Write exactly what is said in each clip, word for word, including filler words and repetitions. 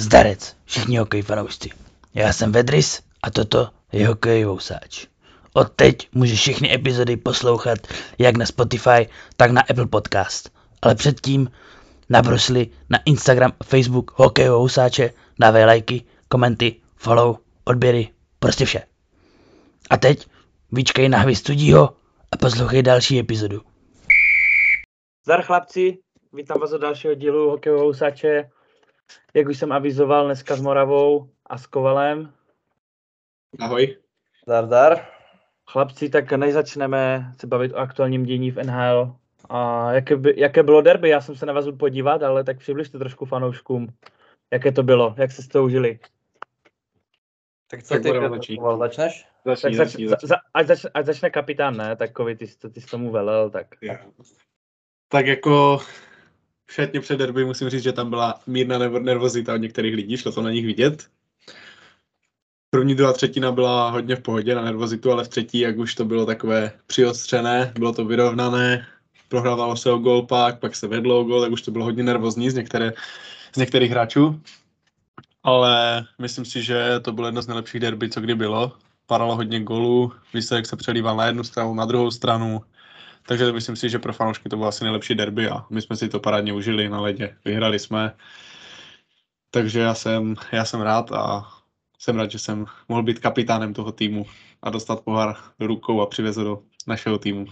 Zdarec, všichni hokej fanoušci. Já jsem Vedris a toto je Hokejový Vousáč. Odteď můžeš všechny epizody poslouchat jak na Spotify, tak na Apple Podcast. Ale předtím nabrusli na Instagram a Facebook Hokejový Vousáče, dávej lajky, komenty, follow, odběry, prostě vše. A teď vyčkej na hvězd studího a poslouchej další epizodu. Zdar chlapci, vítám vás od dalšího dílu Hokejového Vousáče. Jak už jsem avizoval, dneska s Moravou a s Kovalem. Ahoj. Zdar, zdar. Chlapci, tak než začneme se bavit o aktuálním dění v N H L. A jaké, by, jaké bylo derby? Já jsem se na vás budu podívat, ale tak přibližte trošku fanouškům. Jaké to bylo? Jak jste to užili? Tak co tak ty, Koval, začneš? Začni, tak začni, zač, začni. za, ať, zač, ať začne kapitán, ne? Takový, ty, ty jsi tomu velel, tak... Yeah. Tak jako všetně před derby musím říct, že tam byla mírná nervozita od některých lidí, šlo to na nich vidět. První, druhá třetina byla hodně v pohodě na nervozitu, ale v třetí, jak už to bylo takové přiostřené, bylo to vyrovnané, prohrávalo se o gól pak, pak se vedlo o gól, tak už to bylo hodně nervózní z, některé, z některých hráčů. Ale myslím si, že to bylo jedno z nejlepších derby, co kdy bylo. Padalo hodně gólů, výsledek se přelíval na jednu stranu, na druhou stranu. Takže myslím si, že pro fanoušky to bylo asi nejlepší derby a my jsme si to parádně užili na ledě. Vyhrali jsme. Takže já jsem, já jsem rád a jsem rád, že jsem mohl být kapitánem toho týmu a dostat pohár do rukou a přivést do našeho týmu.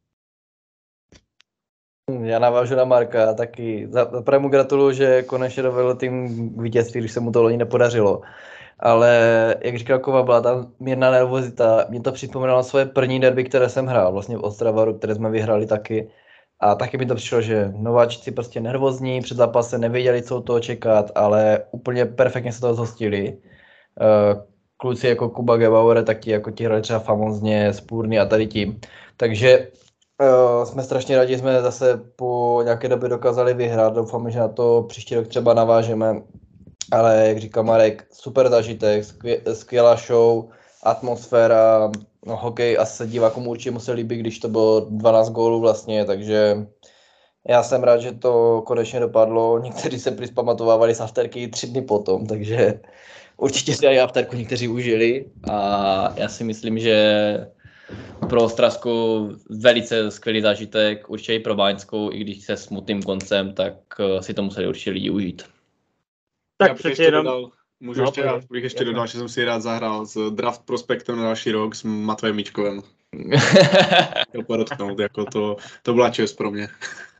Já navážu na Marka, taky zaprvé mu gratuluju, že konečně dovedl tým k vítězství, když se mu to loni nepodařilo. Ale jak říkal Kova, byla tam mírná nervozita. Mě to připomínalo svoje první derby, které jsem hrál, vlastně v Ostravaru, které jsme vyhráli taky. A taky mi to přišlo, že nováčci prostě nervózní, před zápasem nevěděli, co od toho čekat, ale úplně perfektně se toho zhostili. Kluci jako Kuba Gebauer, tak ti jako ti hráli třeba famózně, Spůrný a tady tím. Takže uh, jsme strašně rádi, že jsme zase po nějaké době dokázali vyhrát. Doufáme, že na to příští rok třeba navážeme. Ale jak říká Marek, super zážitek, skvělá show, atmosféra, no, hokej asi se divákům určitě musel líbit, když to bylo dvanáct gólů vlastně, takže já jsem rád, že to konečně dopadlo. Někteří se přispamatovávali z afterky tři dny potom, takže určitě si i afterku někteří užili a já si myslím, že pro Ostravsku velice skvělý zážitek, určitě i pro Báňskou, i když se smutným koncem, tak si to museli určitě lidi užít. Tak přeci jenom... Dodal, můžu no, ještě, rád, bych ještě dodal, že jsem si rád zahrál s draft prospektem na další rok s Matvejem Míčkovem. Chtěl podotknout, jako to, to byla čest pro mě.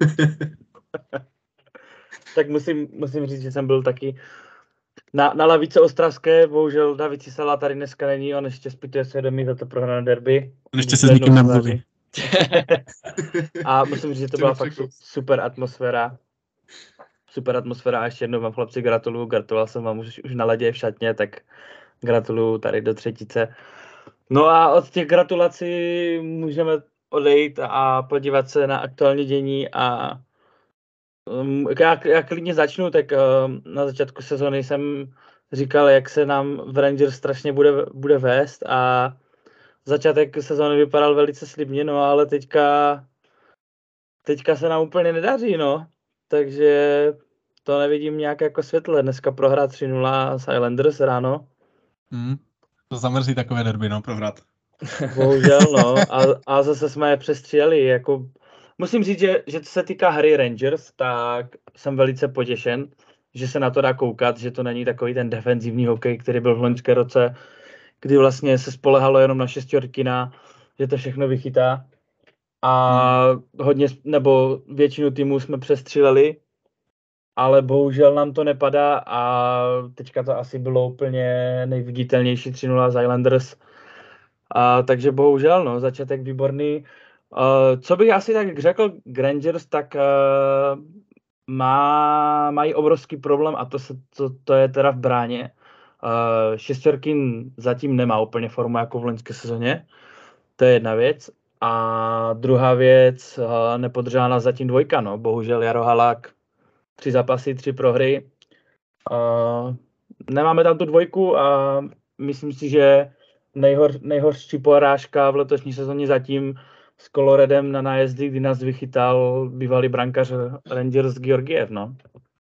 Tak musím, musím říct, že jsem byl taky na, na lavice ostravské, bohužel David Cysala tady dneska není, on ještě zpytuje svědomí za to prohrané derby. On ještě se s nikým nemluví. A musím říct, že to byla fakt super atmosféra. Super atmosféra a ještě jednou vám chlapci gratuluju, gratuloval jsem vám už, už na ledě v šatně, tak gratuluju tady do třetice. No a od těch gratulací můžeme odejít a podívat se na aktuální dění a um, já, já klidně začnu, tak um, na začátku sezony jsem říkal, jak se nám v Rangers strašně bude, bude vést a začátek sezony vypadal velice slibně, no ale teďka, teďka se nám úplně nedaří, no. Takže to nevidím nějak jako světle. Dneska prohrát tři nula s Islanders ráno. Mm, to zamrzí takové derby, no, prohrát. Bohužel, no. A, a zase jsme je přestříleli. Jako, musím říct, že, že co se týká hry Rangers, tak jsem velice potěšen, že se na to dá koukat, že to není takový ten defenzivní hokej, který byl v loňské roce, kdy vlastně se spolehalo jenom na Šesťorkina, že to všechno vychytá. A hodně, nebo většinu týmů jsme přestříleli, ale bohužel nám to nepadá a teďka to asi bylo úplně nejviditelnější tři nula z Islanders. A, takže bohužel, no, začátek výborný. A, co bych asi tak řekl, Rangers, tak uh, má, mají obrovský problém a to, se, to, to je teda v bráně. Uh, Šesťorkin zatím nemá úplně formu jako v loňské sezóně, to je jedna věc. A druhá věc, nepodržela nás zatím dvojka, no. Bohužel Jaro Halák, tři zápasy, tři prohry. Uh, nemáme tam tu dvojku a myslím si, že nejhor, nejhorší porážka v letošní sezóně zatím s Coloredem na nájezdy, kdy nás vychytal bývalý brankář Rangers Georgiev, no.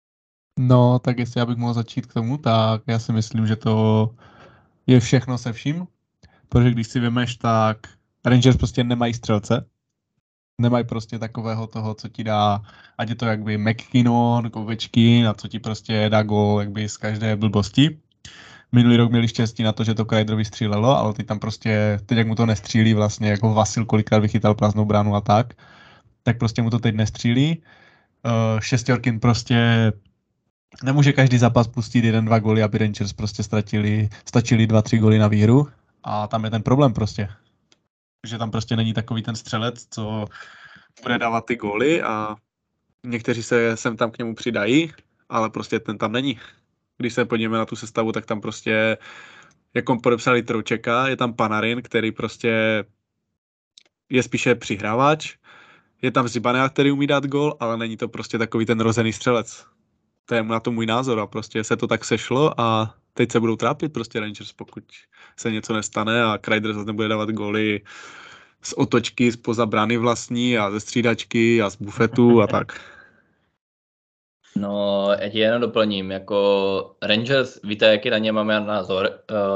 No, tak jestli já bych mohl začít k tomu, tak já si myslím, že to je všechno se vším, protože když si vemeš, tak Rangers prostě nemají střelce, nemají prostě takového toho, co ti dá, ať je to jakby McKinnon, Ovečkin a co ti prostě dá gól jakby z každé blbosti. Minulý rok měli štěstí na to, že to Kreiderovi střílelo, ale teď tam prostě, teď jak mu to nestřílí vlastně, jako Vasil kolikrát vychytal prázdnou bránu a tak, tak prostě mu to teď nestřílí. Uh, Šestěrkin prostě nemůže každý zápas pustit jeden, dva góly, aby Rangers prostě ztratili, stačili dva, tři góly na výhru a tam je ten problém prostě. Že tam prostě není takový ten střelec, co bude dávat ty góly a někteří se sem tam k němu přidají, ale prostě ten tam není. Když se podíváme na tu sestavu, tak tam prostě, jako podepsali Troučeka, je tam Panarin, který prostě je spíše přihrávač, je tam Zibanejad, který umí dát gól, ale není to prostě takový ten rozený střelec. To je na to můj názor a prostě se to tak sešlo a teď se budou trápit prostě Rangers, pokud se něco nestane a Kreider zase nebude dávat góly z otočky, spoza brány vlastní a ze střídačky a z bufetu a tak. No, já ti jenom doplním, jako Rangers, víte, jaký na ně máme názor.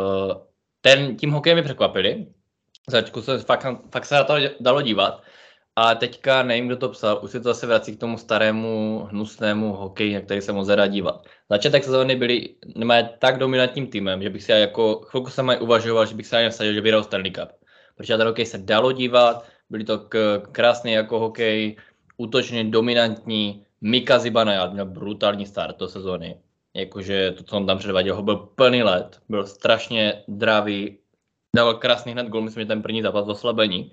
Ten, tím hokejem mi překvapili. Začku se fakt, fakt se na to dalo dívat. A teďka nevím, kdo to psal, už se to zase vrací k tomu starému, hnusnému hokeji, na který se moc dá dívat. Začátek sezóny byli nemají tak dominantním týmem, že bych si jako chvilku jsem aj uvažoval, že bych se ani vsadil, že vyhrál Stanley Cup. Protože ten hokej se dalo dívat, byli to k, krásný jako hokej, útočně dominantní. Mika Zibanejad měl brutální start do sezóny. Jakože to, co on tam předváděl, ho byl plný let, byl strašně dravý, dával krásný hned gól, myslím, že ten první zápas v oslabení.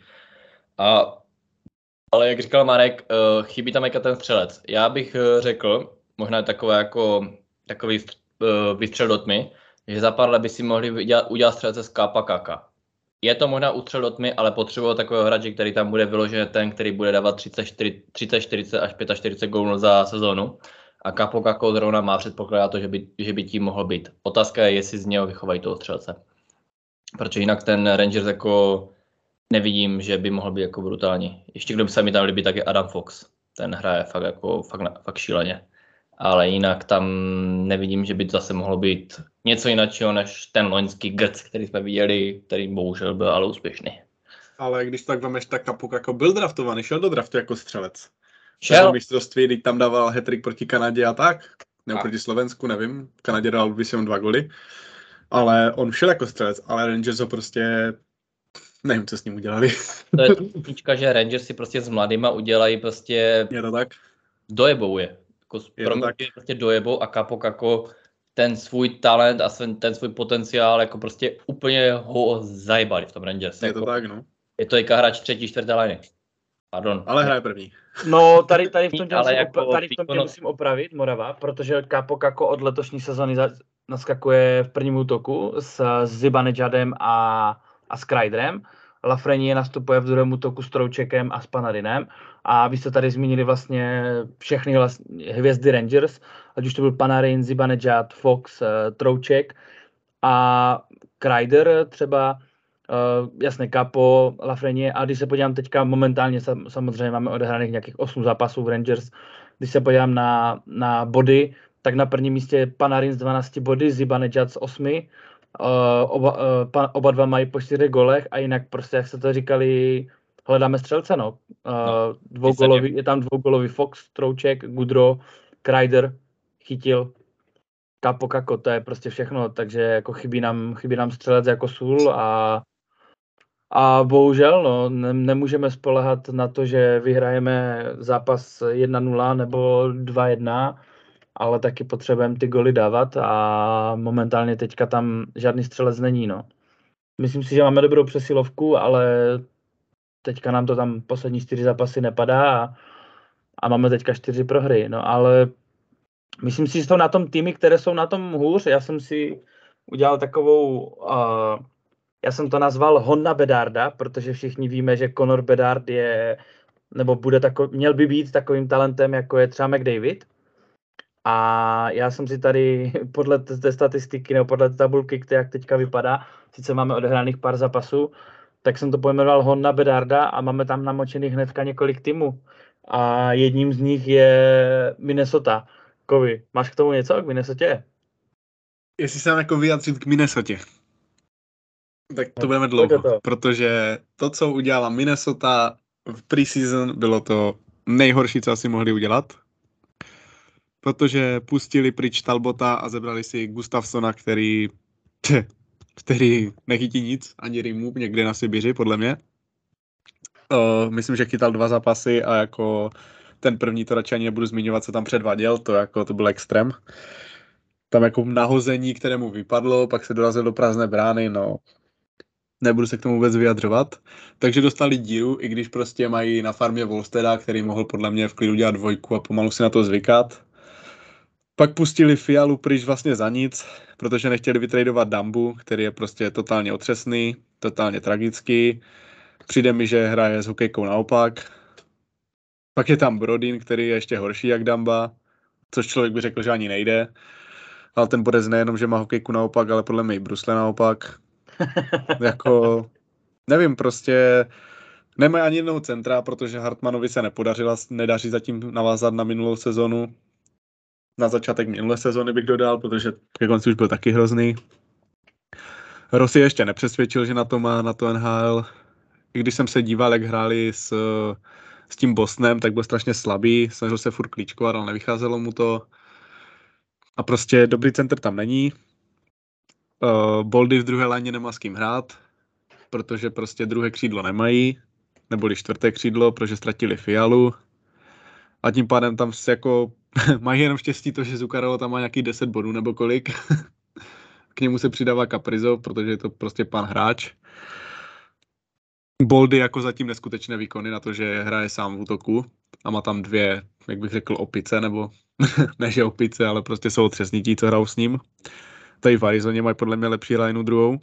A ale jak říkal Marek, uh, chybí tam jako ten střelec. Já bych uh, řekl, možná takové jako, takový uh, vystřel do tmy, že za pár let by si mohli udělat, udělat střelce z Kapa Kaka. Je to možná ústřel do tmy, ale potřebuje takového hráče, který tam bude vyložený ten, který bude dávat třicet, čtyřicet až čtyřicet pět gólů za sezónu. A Capo Kako zrovna má předpokládá to, že by, že by tím mohl být. Otázka je, jestli z něho vychovají toho střelce. Protože jinak ten Rangers jako nevidím, že by mohl být jako brutální. Ještě kdo by se mi tam líbí, tak je Adam Fox. Ten hraje fakt, jako, fakt, fakt šíleně. Ale jinak tam nevidím, že by to zase mohlo být něco jiného než ten loňský grc, který jsme viděli, který bohužel byl ale úspěšný. Ale když tak vemeš, tak Kapuk jako byl draftovaný, šel do draftu jako střelec. Šel? Mistrovství, když tam dával hat-trick proti Kanadě a tak. Nebo a. proti Slovensku, nevím. V Kanadě dal vyšel dva goly. Ale on šel jako střelec, ale Rangers ho prostě... Nevím, co s ním udělali. To je tučka, že Rangers si prostě s mladýma udělají prostě... Je to tak? Dojebou je. Jako je pro mě je prostě dojebou a Kapok jako ten svůj talent a ten svůj potenciál jako prostě úplně ho zajebali v tom Rangers. Je jako, to tak, no. Je to teďka hráč třetí, čtvrté liny. Pardon. Ale hraje první. No, tady, tady v tom tě, musím, jako op- tady v tom tě musím opravit, Morava, protože Kapok jako od letošní sezony za- naskakuje v prvním útoku s Zibanejadem a, a s Kreiderem. Lafreniere nastupuje v druhém útoku s Troučekem a s Panarinem. A vy jste tady zmínili vlastně všechny vlastně hvězdy Rangers, ať už to byl Panarin, Zibanejad, Fox, Trouček a Kreider třeba, uh, jasně Capo, Lafreniere. A když se podívám teďka momentálně, sam, samozřejmě máme odehraných nějakých osm zápasů v Rangers, když se podívám na, na body, tak na prvním místě je Panarin s dvanácti body, Zibanejad s osmi. Uh, oba, uh, pa, oba dva mají po čtyřech golech a jinak prostě, jak se to říkali, hledáme střelce, no. Uh, no dvougolový, je tam dvougolový Fox, Trouček, Goodrow, Kreider, chytil, Capo Kako, to je prostě všechno, takže jako chybí nám, chybí nám střelec jako sůl a a bohužel, no, ne, nemůžeme spoléhat na to, že vyhrajeme zápas jedna nula nebo dva jedna, ale taky potřebujeme ty goly dávat a momentálně teďka tam žádný střelec není, no. Myslím si, že máme dobrou přesilovku, ale teďka nám to tam poslední čtyři zápasy nepadá a, a máme teďka čtyři prohry, no, ale myslím si, že jsou na tom týmy, které jsou na tom hůř. Já jsem si udělal takovou, uh, já jsem to nazval Honna Bedarda, protože všichni víme, že Connor Bedard je, nebo bude takový, měl by být takovým talentem, jako je třeba McDavid. A já jsem si tady podle té statistiky nebo podle té tabulky, která teďka vypadá, sice máme odehraných pár zápasů, tak jsem to pojmenoval Honna Bedarda a máme tam namočených hnedka několik týmů. A jedním z nich je Minnesota, Kovi, máš k tomu něco k Minnesotě? Jestli se mám jako vyjádřit k Minnesotě, tak to No, budeme pojď do dlouho, toho. protože to, co udělala Minnesota v preseason, bylo to nejhorší, co asi mohli udělat. Protože pustili pryč Talbota a zebrali si Gustafsona, který, který nechytí nic, ani remove někde na Sibiři, podle mě. Uh, myslím, že chytal dva zápasy a jako ten první to radši ani nebudu zmiňovat, co tam předváděl, to jako to byl extrém. Tam jako nahození, kterému vypadlo, pak se dorazil do prázdné brány, no nebudu se k tomu vůbec vyjadřovat. Takže dostali díru, i když prostě mají na farmě Volsteda, který mohl podle mě v klidu dělat dvojku a pomalu si na to zvykat. Pak pustili Fialu pryč vlastně za nic, protože nechtěli vytradovat Dambu, který je prostě totálně otřesný, totálně tragický. Přijde mi, že hraje s hokejkou naopak. Pak je tam Brodin, který je ještě horší jak Damba, což člověk by řekl, že ani nejde. Ale ten Bodec nejenom, že má hokejku naopak, ale podle mě i brusle naopak. Jako, nevím, prostě nemají ani jednoho centra, protože Hartmanovi se nepodařila, nedaří zatím navázat na minulou sezonu. Na začátek minulé sezony bych dodal, protože ke konci už byl taky hrozný. Rossi ještě nepřesvědčil, že na to má, na to N H L. I když jsem se díval, jak hráli s, s tím Bostonem, tak byl strašně slabý, snažil se furt klíčkovat, ale nevycházelo mu to. A prostě dobrý center tam není. Uh, Boldy v druhé léně nemá s kým hrát, protože prostě druhé křídlo nemají, neboli čtvrté křídlo, protože ztratili Fialu. A tím pádem tam se jako mají jenom štěstí to, že Zuccarello tam má nějaký deset bodů nebo kolik. K němu se přidává Kaprizov, protože je to prostě pan hráč. Boldy jako zatím neskutečné výkony na to, že hraje sám v útoku a má tam dvě, jak bych řekl, opice, nebo ne, že opice, ale prostě jsou otřesnití, co hrajou s ním. Tady v Arizoně mají podle mě lepší lineu druhou.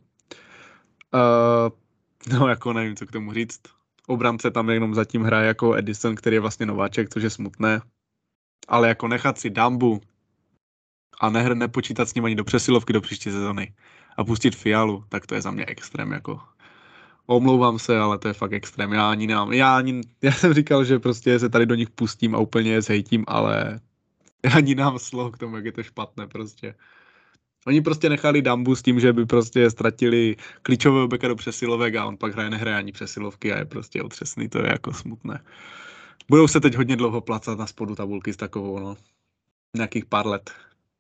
Uh, no jako nevím, co k tomu říct. Obránce tam jenom zatím hraje jako Edison, který je vlastně nováček, což je smutné. Ale jako nechat si Dambu a nehr nepočítat s ním ani do přesilovky do příští sezony a pustit Fialu, tak to je za mě extrém, jako. Omlouvám se, ale to je fakt extrém. Já ani nemám, já ani, já jsem říkal, že prostě se tady do nich pustím a úplně je zhejtím, ale já ani nemám slovo k tomu, jak je to špatné prostě. Oni prostě nechali Dambu s tím, že by prostě ztratili klíčového beka do přesilovek a on pak hraje, nehraje ani přesilovky a je prostě otřesný, to je jako smutné. Budou se teď hodně dlouho placat na spodu tabulky s takovou, no. Nějakých pár let.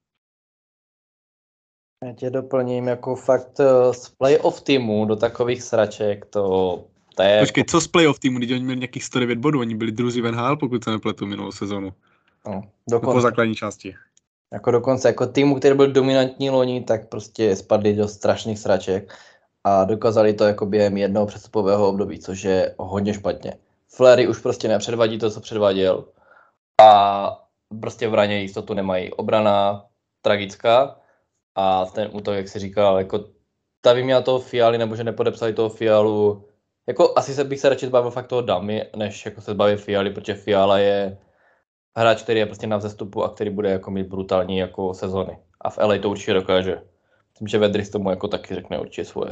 Já tě doplním, jako fakt z playoff týmu do takových sraček, to, to je... Počkej, jako... co z playoff týmu, když oni měli nějakých sto devět bodů, oni byli druzí v N H L, pokud se nepletu minulou sezonu. No, dokonce. Po základní části. Jako dokonce, jako týmu, který byl dominantní loni, tak prostě spadli do strašných sraček a dokázali to jako během jednoho přestupového období, což je hodně špatně. Fleury už prostě nepředvadí to, co předváděl a prostě v braně jistotu nemají. Obrana tragická a ten útok, jak jsi říkal, jako ta vyměna toho Fialy, nebo že nepodepsali toho Fialu, jako asi se bych se radši zbavil fakt toho Damy, než jako se zbavit Fialy, protože Fiala je hráč, který je prostě na vzestupu a který bude jako mít brutální jako sezony. A v L A to určitě dokáže. Myslím, že Vedris tomu jako taky řekne určitě svoje.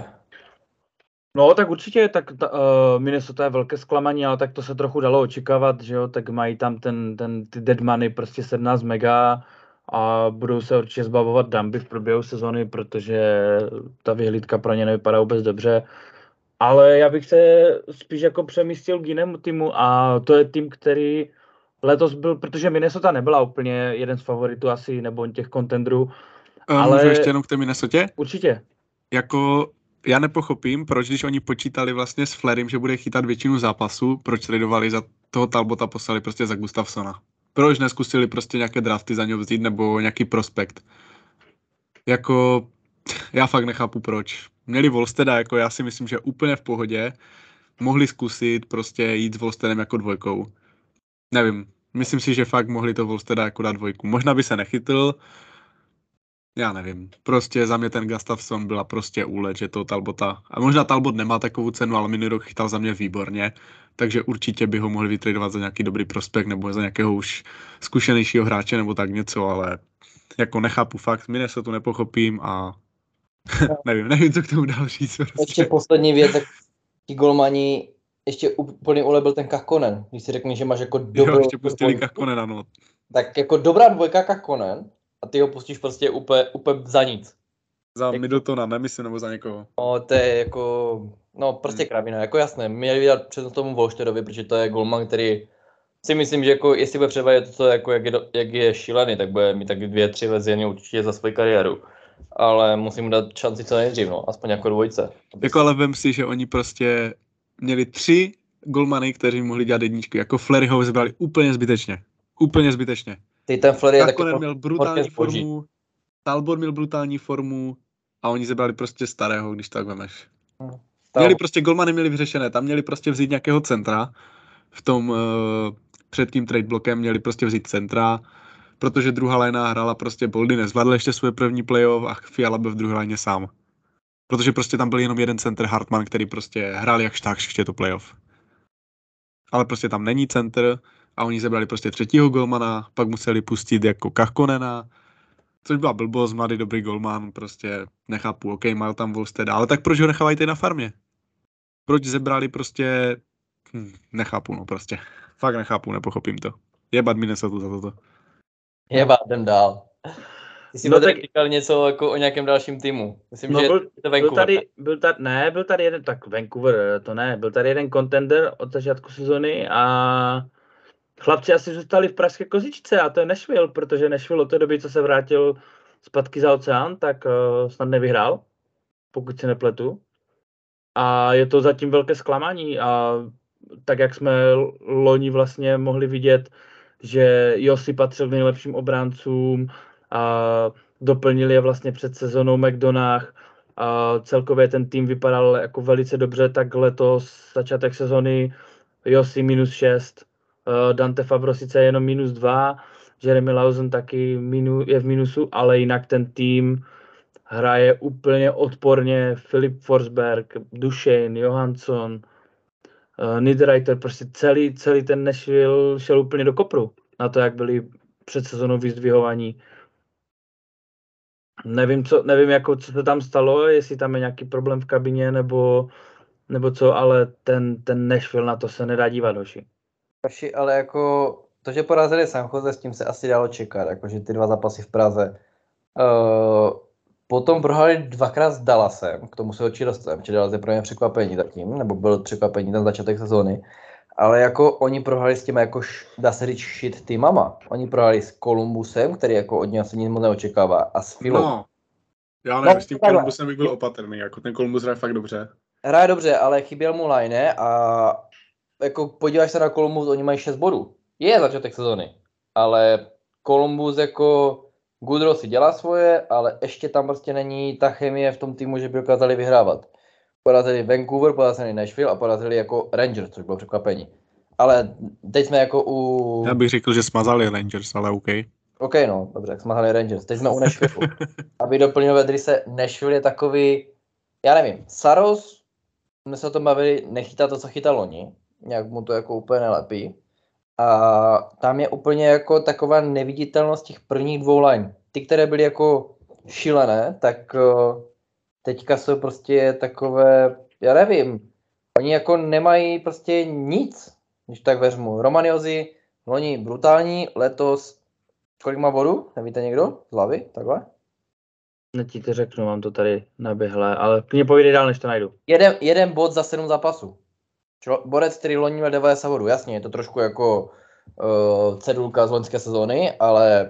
No tak určitě, tak ta, uh, Minnesota je velké zklamání, ale tak to se trochu dalo očekávat, že jo, tak mají tam ten, ten, ty dead money, prostě sedmnáct mega a budou se určitě zbavovat Damby v průběhu sezony, protože ta vyhlídka pro ně nevypadá vůbec dobře. Ale já bych se spíš jako přemístil k jinému týmu a to je tým, který letos byl, protože Minnesota nebyla úplně jeden z favoritů asi, nebo těch contendrů. Um, ale... Můžu ještě jenom k té Minnesotě? Určitě. Jako, já nepochopím, proč když oni počítali vlastně s Flerym, že bude chytat většinu zápasů, proč tradovali za toho Talbota, poslali prostě za Gustafsona. Proč neskusili prostě nějaké drafty za něho vzít, nebo nějaký prospekt. Jako, já fakt nechápu proč. Měli Volsteda, jako já si myslím, že úplně v pohodě. Mohli zkusit prostě jít s Volstedem jako dvojkou. Nevím, myslím si, že fakt mohli to Volsteda jako dát dvojku. Možná by se nechytl, já nevím. Prostě za mě ten Gustafsson byla prostě úlet, že to Talbota. A možná Talbot nemá takovou cenu, ale minulý rok chytal za mě výborně. Takže určitě by ho mohli vytradovat za nějaký dobrý prospekt nebo za nějakého už zkušenějšího hráče nebo tak něco, ale jako nechápu fakt, Minnesota nepochopím a nevím, nevím, co k tomu dál říct. Prostě. Ještě poslední věc, tak ti golmani, ještě úplně ulebil ten Kakkonen, když si řekni, že máš jako dobrou... Jo, ještě pustili Kakkonena, no. tak jako dobrá dvojka Kakkonen a ty ho pustíš prostě úplně, úplně za nic. Za Jak- Middletona, nemyslím, nebo za někoho. No, to je jako, no prostě Hmm. kravina, jako jasné, měli vydat před tomu Volšterovi, protože to je golman, který si myslím, že jako jestli bude předvádět to, co jako jak je, do- jak je šílený, tak bude mít taky dvě, tři vezeny určitě za svou kariéru. Ale musím mu dát šanci co nejdřív, no, aspoň jako dvojce. Jako ale vem si, že oni prostě měli tři golmany, kteří mohli dělat jedničky. Jako Fleryho vybrali úplně zbytečně. Úplně zbytečně. Ty ten Flery je taky Kakkonen měl brutální horké zboží. formu, Talbot měl brutální formu a oni zebrali prostě starého, když tak vemeš. Tam, Měli prostě golmany měli vyřešené, tam měli prostě vzít nějakého centra, v tom uh, před tím trade blokem měli prostě vzít centra, protože druhá lajna hrála prostě Boldy, nezvládl ještě svoje první playoff a Fiala byl v druhé lajně sám. Protože prostě tam byl jenom jeden center Hartman, který prostě hrál jakž tak ještě to playoff. Ale prostě tam není center a oni zebrali prostě třetího golmana, pak museli pustit jako Kakkonena, což byla blbost, mladý dobrý golman, prostě nechápu, ok, mal tam Volsteda, ale tak proč ho nechávají tady na farmě? Proč zebrali prostě, hm, nechápu, no prostě, fakt nechápu, nepochopím to. Jebat Minnesota za toto. jeba, jdem dál. Ty jsi No no, tak- říkal něco jako o nějakém dalším týmu. Myslím, No že byl, je to byl Vancouver. tady, byl tady, ne, byl tady jeden, tak Vancouver, to ne, byl tady jeden contender od začátku sezony a chlapci asi zůstali v pražské kozičce a to je Nashville, protože Nashville od té doby, co se vrátil zpátky za oceán, tak uh, snad nevyhrál, pokud se nepletu. A je to zatím velké zklamání a tak, jak jsme loni vlastně mohli vidět, že Josi patřil k nejlepším obráncům a doplnili je vlastně před sezónou McDonagh a celkově ten tým vypadal jako velice dobře, tak letos začátek sezony Josi minus šest, Dante Fabro sice jenom minus dva, Jeremy Lausen taky minu, je v minusu, ale jinak ten tým hraje úplně odporně. Filip Forsberg, Duchesne, Johansson, uh, Niederreiter, prostě celý, celý ten Nashville šel úplně do kopru na to, jak byli před sezónou vyzdvihovaní. Nevím, co, nevím jako, co se tam stalo, jestli tam je nějaký problém v kabině, nebo, nebo co, ale ten, ten Nashville, na to se nedá dívat, hoši. Kaši, ale jako to, že porazili San Jose, s tím se asi dalo čekat, jakože ty dva zápasy v Praze. Uh, potom prohráli dvakrát s Dallasem, k tomu se určitě dostaneme, že Dallas je pro mě překvapení zatím, nebo byl překvapení ten začátek sezóny. Ale jako oni prohráli s těmi, jako š, dá se říct, shit týmama. Oni prohráli s Columbusem, který jako od něj asi nic moc neočekává, a s Philou. No, já nevím, No, s tím takhle. Columbusem bych byl opatrný, jako ten Columbus hraje fakt dobře. Hraje dobře, ale chyběl mu line a jako podíváš se na Columbus, oni mají šest bodů. Je začátek sezony, ale Columbus jako Goodrow si dělá svoje, ale ještě tam prostě není ta chemie v tom týmu, že by dokázali vyhrávat. Porazili Vancouver, porazili Nashville a porazili jako Rangers, což bylo překvapení. Ale teď jsme jako u... Já bych řekl, že smazali Rangers, ale OK. OK, no, dobře, jak jsme hráli Rangers. Teď jsme u Nashville. Aby doplnil Vedrise, Nashville je takový, já nevím, Saros, my se o tom bavili, nechytá to, co chytal loni. Nějak mu to jako úplně nelepí. A tam je úplně jako taková neviditelnost těch prvních dvou line. Ty, které byly jako šílené, tak uh, teďka jsou prostě takové, já nevím, oni jako nemají prostě nic, když tak vezmu. Romaniosi, loni brutální, letos kolik má bodů? Nevíte někdo? Z hlavy? Takhle? Ne ti to řeknu, mám to tady naběhlé, ale klidně povídej dál, než to najdu. Jeden, jeden bod za sedm zápasů. Člo, borec, který loni měl devadesát bodů, jasně, je to trošku jako uh, cedulka z loňské sezóny, ale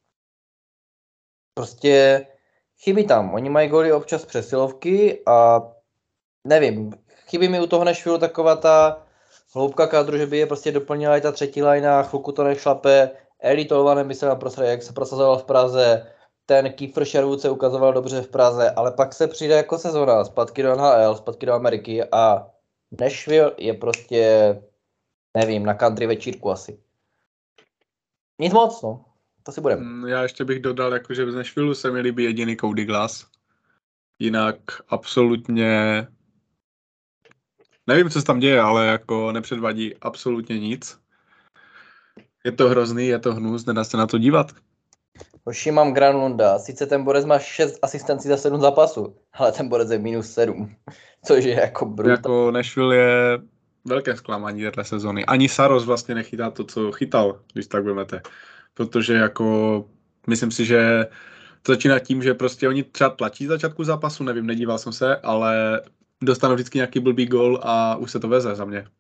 prostě chybí tam. Oni mají góly občas přesilovky a nevím, chybí mi u toho Nashville taková ta hloubka kádru, že by je prostě doplnila i ta třetí lajna, chvilku to nešlape. Eli Tolvanen by se nám prosadil, jak se prosazoval v Praze, ten Kiefer Sherwood se ukazoval dobře v Praze, ale pak se přijde jako sezona, zpátky do N H L, zpátky do Ameriky a Nashville je prostě, nevím, na country večírku asi. Nic moc, no. To si budeme. Mm, Já ještě bych dodal, jako, že z Nashvilleu se mi líbí jediný Cody Glass. Jinak absolutně nevím, co se tam děje, ale jako nepředvádí absolutně nic. Je to hrozný, je to hnus, nedá se na to dívat. Hoši, mám Granlunda, sice ten borec má šest asistencí za sedm zápasů, ale ten borec je minus sedm, což je jako brutální. Jako Nashville je velké zklamání této sezony. Ani Saros vlastně nechytá to, co chytal, když tak vemete. protože jako myslím si, že to začíná tím, že prostě oni třeba tlačí začátku zápasu, nevím, nedíval jsem se, ale dostanou vždycky nějaký blbý gól a už se to veze za mě.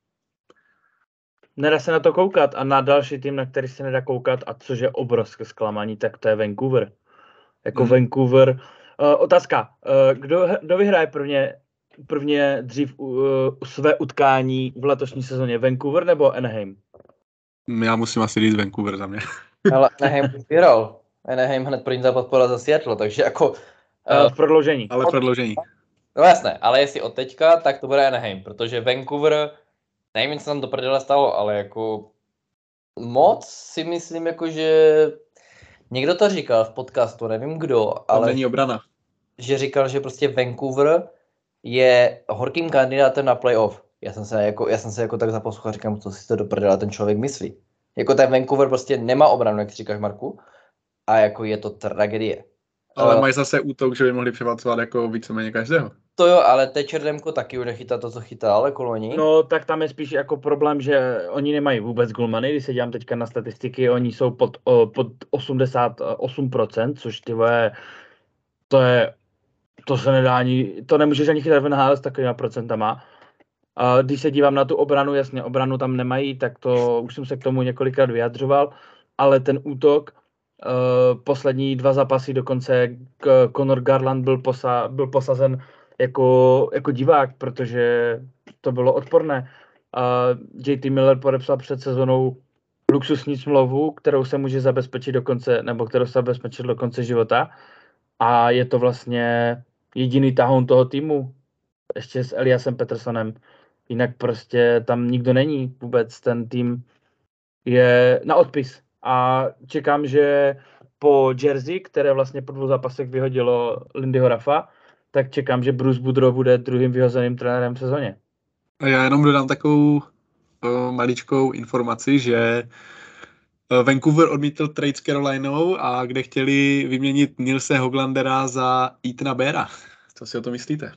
Nedá se na to koukat a na další tým, na který se nedá koukat a což je obrovské zklamání, tak to je Vancouver. Jako Hmm. Vancouver. Uh, otázka, uh, kdo, kdo vyhraje prvně, prvně dřív uh, své utkání v letošní sezóně? Vancouver nebo Anaheim? Já musím asi říct Vancouver za mě. Ale Anaheim vyhrál. Anaheim hned první zápas podal za Seattle, takže jako... Uh, v prodloužení. Ale prodloužení. No jasné, ale jestli od teďka, tak to bude Anaheim, protože Vancouver, nevím, co tam do prdele stalo, ale jako moc si myslím, jako že někdo to říkal v podcastu, nevím kdo, Tam ale není obrana. že říkal, že prostě Vancouver je horkým kandidátem na playoff. Já jsem se jako, já jsem se jako tak zaposlouchal, říkám, co si to do prdele ten člověk myslí. Jako ten Vancouver prostě nemá obranu, jak říkáš, Marku, a jako je to tragédie. Ale Uh, mají zase útok, že by mohli převálcovat jako víceméně každého. To jo, ale Tečerdemko taky už nechytá to, co chytá, ale koloni. No, tak tam je spíš jako problém, že oni nemají vůbec golmany, když se dívám teďka na statistiky, oni jsou pod, o, pod osmdesát osm procent, což ty vole, to je, to se nedá ani, to nemůžeš ani chytat v N H L s takovýma procentama. A když se dívám na tu obranu, jasně, obranu tam nemají, tak to už jsem se k tomu několikrát vyjadřoval, ale ten útok, uh, poslední dva zápasy dokonce k Conor Garland byl, posa, byl posazen jako, jako divák, protože to bylo odporné. A J T Miller podepsal před sezónou luxusní smlouvu, kterou se může zabezpečit do konce, nebo kterou se zabezpečit do konce života. A je to vlastně jediný tahoun toho týmu, ještě s Eliasem Petterssonem. Jinak prostě tam nikdo není vůbec, ten tým je na odpis. A čekám, že po Jersey, které vlastně po dvou zápasech vyhodilo Lindyho Raffa, tak čekám, že Bruce Boudreau bude druhým vyhozeným trenérem v sezóně. Já jenom dodám takovou uh, maličkou informaci, že uh, Vancouver odmítl trade s Carolinou a kde chtěli vyměnit Nilse Hoglandera za Ethana Beara. Co si o to myslíte?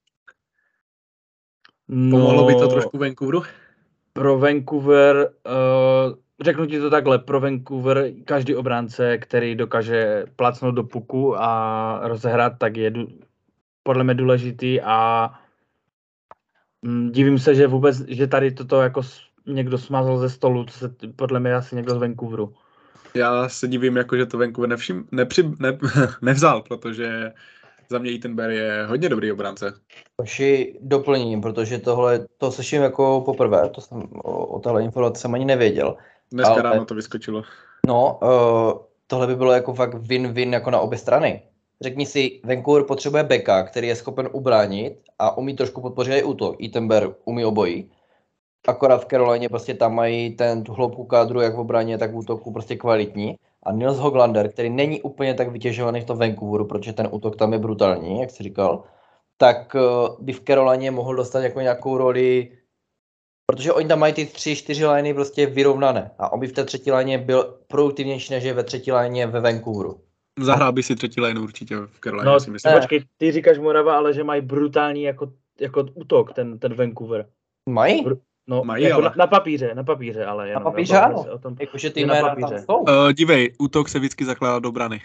No, Pomohlo by to trošku Vancouveru? Pro Vancouver, uh, řeknu ti to takhle, pro Vancouver každý obránce, který dokáže plácnout do puku a rozehrát, tak je du- podle mě důležitý a mm, divím se, že vůbec, že tady toto jako s- někdo smazal ze stolu, to se t- podle mě asi někdo z Vancouveru. Já se divím, jako, že to Vancouver nevšim, nepři, ne, nevzal, protože za mě Ethan Bear je hodně dobrý obránce. Hoši, doplním, protože tohle, to slyším jako poprvé, to jsem o, o téhle informaci jsem ani nevěděl. Dneska Ale- ráno to vyskočilo. No, uh, tohle by bylo jako fakt win-win jako na obě strany. Řekni si, Vancouver potřebuje beka, který je schopen ubránit a umí trošku podpořit i útok. Ethan Bear umí obojí. Akorát v Carolině prostě tam mají ten, tu hloubku kádru jak v obraně, tak v útoku prostě kvalitní. A Nils Hoglander, který není úplně tak vytěžovaný v tom Vancouveru, protože ten útok tam je brutální, jak jsi říkal, tak uh, by v Carolině mohl dostat jako nějakou roli, protože oni tam mají ty tři, čtyři liney prostě vyrovnané. A on by v té třetí lině byl produktivnější, než je ve třetí lině ve Vancouveru. Zahrál by si třetí line určitě v Carolině, No, si myslím. ne. počkej, ty říkáš Morava, ale že mají brutální jako, jako útok, ten, ten Vancouver. Mají? Br- No, Mají, jako ale- na, na papíře, na papíře, ale jenom. papíře bavíme ano. se o tom. Jakože ty Je na jména tam papíře. jsou. Uh, dívej, útok se vždycky zakládá do brany.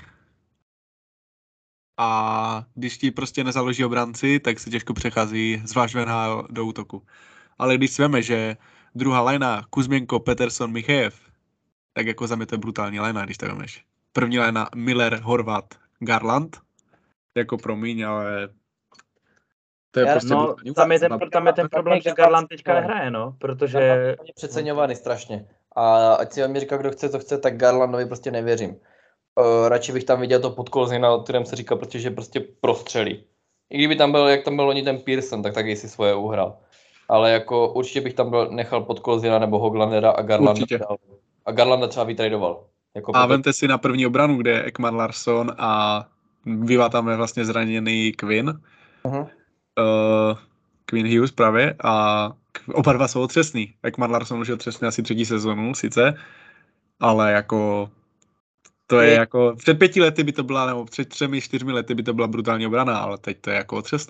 A když ti prostě nezaloží obránci, tak se těžko přechází, zvlášť v N H L, do útoku. Ale když si veme, že druhá lajna Kuzměnko, Peterson, Michejev, tak jako za mě to je brutální lajna, když to vemeš. První lajna Miller, Horvat, Garland, jako promiň, ale to je Já- prostě No, brutální tam je útok. ten, tam je ten problém, že Garland teďka nehraje, no, protože... Garland je přeceňovaný strašně. A ať si mi říká, kdo chce, co chce, tak Garlandovi prostě nevěřím. Uh, radši bych tam viděl to podkolzina, o kterém se říká, protože prostě prostřelí. I kdyby tam byl, jak tam byl loni ten Pearson, tak taky si svoje uhrál. Ale jako určitě bych tam byl, nechal podkolzina nebo Hoglandera a Garlanda. Určitě. Dal. A Garlanda třeba vytradoval. Jako A proto- vemte si na první obranu, kde je Ekman Larsson a bývá tam vlastně zraněný Quinn. Mhm. Uh, Quinn Hughes právě a oba dva jsou otřesný. Ekman Larsson už je otřesný asi třetí sezonu sice, ale jako to je Je- jako, před pěti lety by to byla, nebo před třemi, čtyřmi lety by to byla brutální obrana, ale teď to je jako otřesné.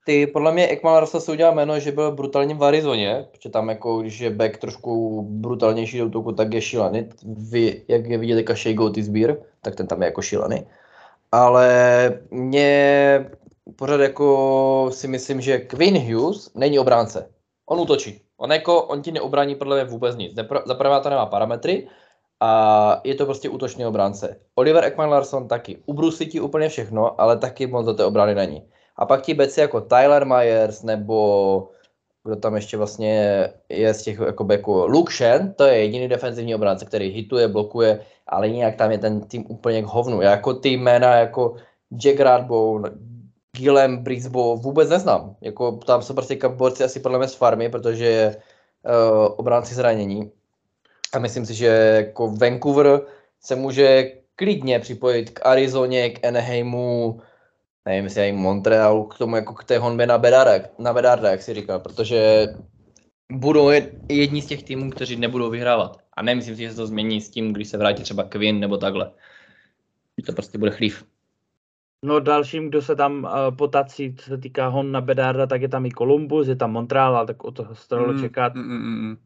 ty, podle mě Ekman Russell si udělal jméno, že byl brutálně v Arizoně, protože tam jako, když je back trošku brutálnější do útoku, tak je šílený. Vy, jak je vidět teďka Shea Gilgeous-Sbir, tak ten tam je jako šílený. Ale mě pořád jako si myslím, že Quinn Hughes není obránce. On útočí. On jako, on ti neobrání podle mě vůbec nic. Za prvé to nemá parametry a je to prostě útočný obránce. Oliver Ekman-Larsson taky. Ubrusí ti úplně všechno, ale taky moc do té obrany není. A pak ti beci jako Tyler Myers nebo kdo tam ještě vlastně je z těch jako backů. Luke Shen, to je jediný defenzivní obránce, který hituje, blokuje, ale jinak tam je ten tým úplně k hovnu. Já jako ty jména jako Jack Rathbone, Guillem Brisbois vůbec neznám. Jako, tam jsou prostě borci asi podle mě z farmy, protože je uh, obránci zranění. A myslím si, že jako Vancouver se může klidně připojit k Arizoně, k Anaheimu, nevím, jestli i Montrealu, k tomu jako k té honbě na Bedard, na Bedarda, jak si říkal, protože budou jedni z těch týmů, kteří nebudou vyhrávat. A nemyslím si, že se to změní s tím, když se vrátí třeba Quinn nebo takhle. To prostě bude chlív. No dalším, kdo se tam uh, potací, co se týká hon na Bedarda, tak je tam i Columbus, je tam Montreal, ale tak o toho se dalo čekat. Mm, mm, mm.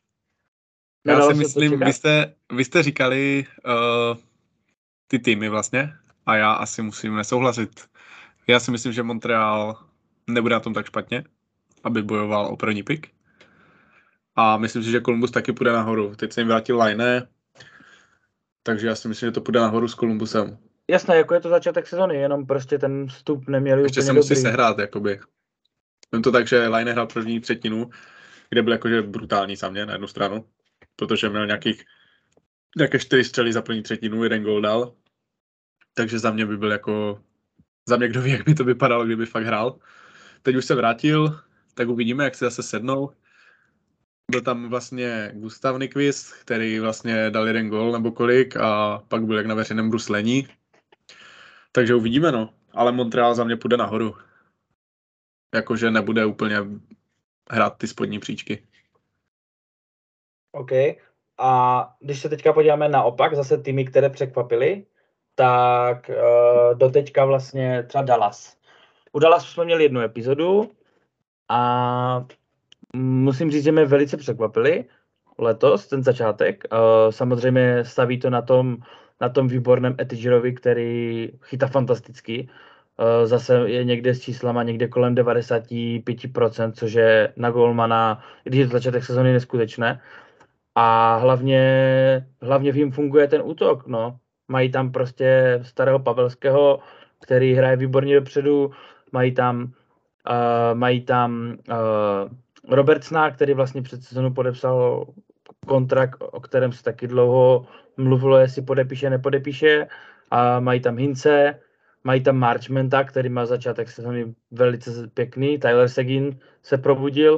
Já si myslím, vy jste, vy jste říkali uh, ty týmy vlastně a já asi musím nesouhlasit. Já si myslím, že Montreal nebude na tom tak špatně, aby bojoval o první pick. A myslím si, že Columbus taky půjde nahoru. Teď se jim vrátil Laine, takže já si myslím, že to půjde nahoru s Columbusem. Jasné, jako je to začátek sezony, jenom prostě ten vstup neměli Ještě úplně se musí dobrý. sehrát, jakoby. Vím to tak, že Laine hrál první třetinu, kde byl jakože brutální za mě na jednu stranu, protože měl nějakých nějaké čtyři střely za první třetinu, jeden gól dal. Takže za mě by byl jako, za mě kdo ví, jak by to vypadalo, kdyby fakt hrál. Teď už se vrátil, tak uvidíme, jak se zase sednou. Byl tam vlastně Gustav Nyquist, který vlastně dal jeden gól nebo kolik a pak byl jak na veřejném bruslení. Takže uvidíme, no. Ale Montreal za mě půjde nahoru. Jakože nebude úplně hrát ty spodní příčky. OK. A když se teďka podíváme naopak, zase týmy, které překvapily, tak uh, doteďka vlastně třeba Dallas. U Dallas jsme měli jednu epizodu a musím říct, že mě velice překvapili letos, ten začátek. Uh, samozřejmě staví to na tom, na tom výborném Ettigerovi, který chytá fantasticky. Uh, zase je někde s číslama někde kolem devadesát pět procent, což je na golmana, když je to začátek sezony neskutečné. A hlavně, hlavně v jim funguje ten útok, no. Mají tam prostě starého Pavelského, který hraje výborně dopředu, mají tam, uh, mají tam uh, Robertsona, který vlastně před sezonu podepsal kontrakt, o kterém se taky dlouho mluvilo, jestli podepíše, nepodepíše. A mají tam Hince, mají tam Marchmenta, který má začátek sezony velice pěkný, Tyler Seguin se probudil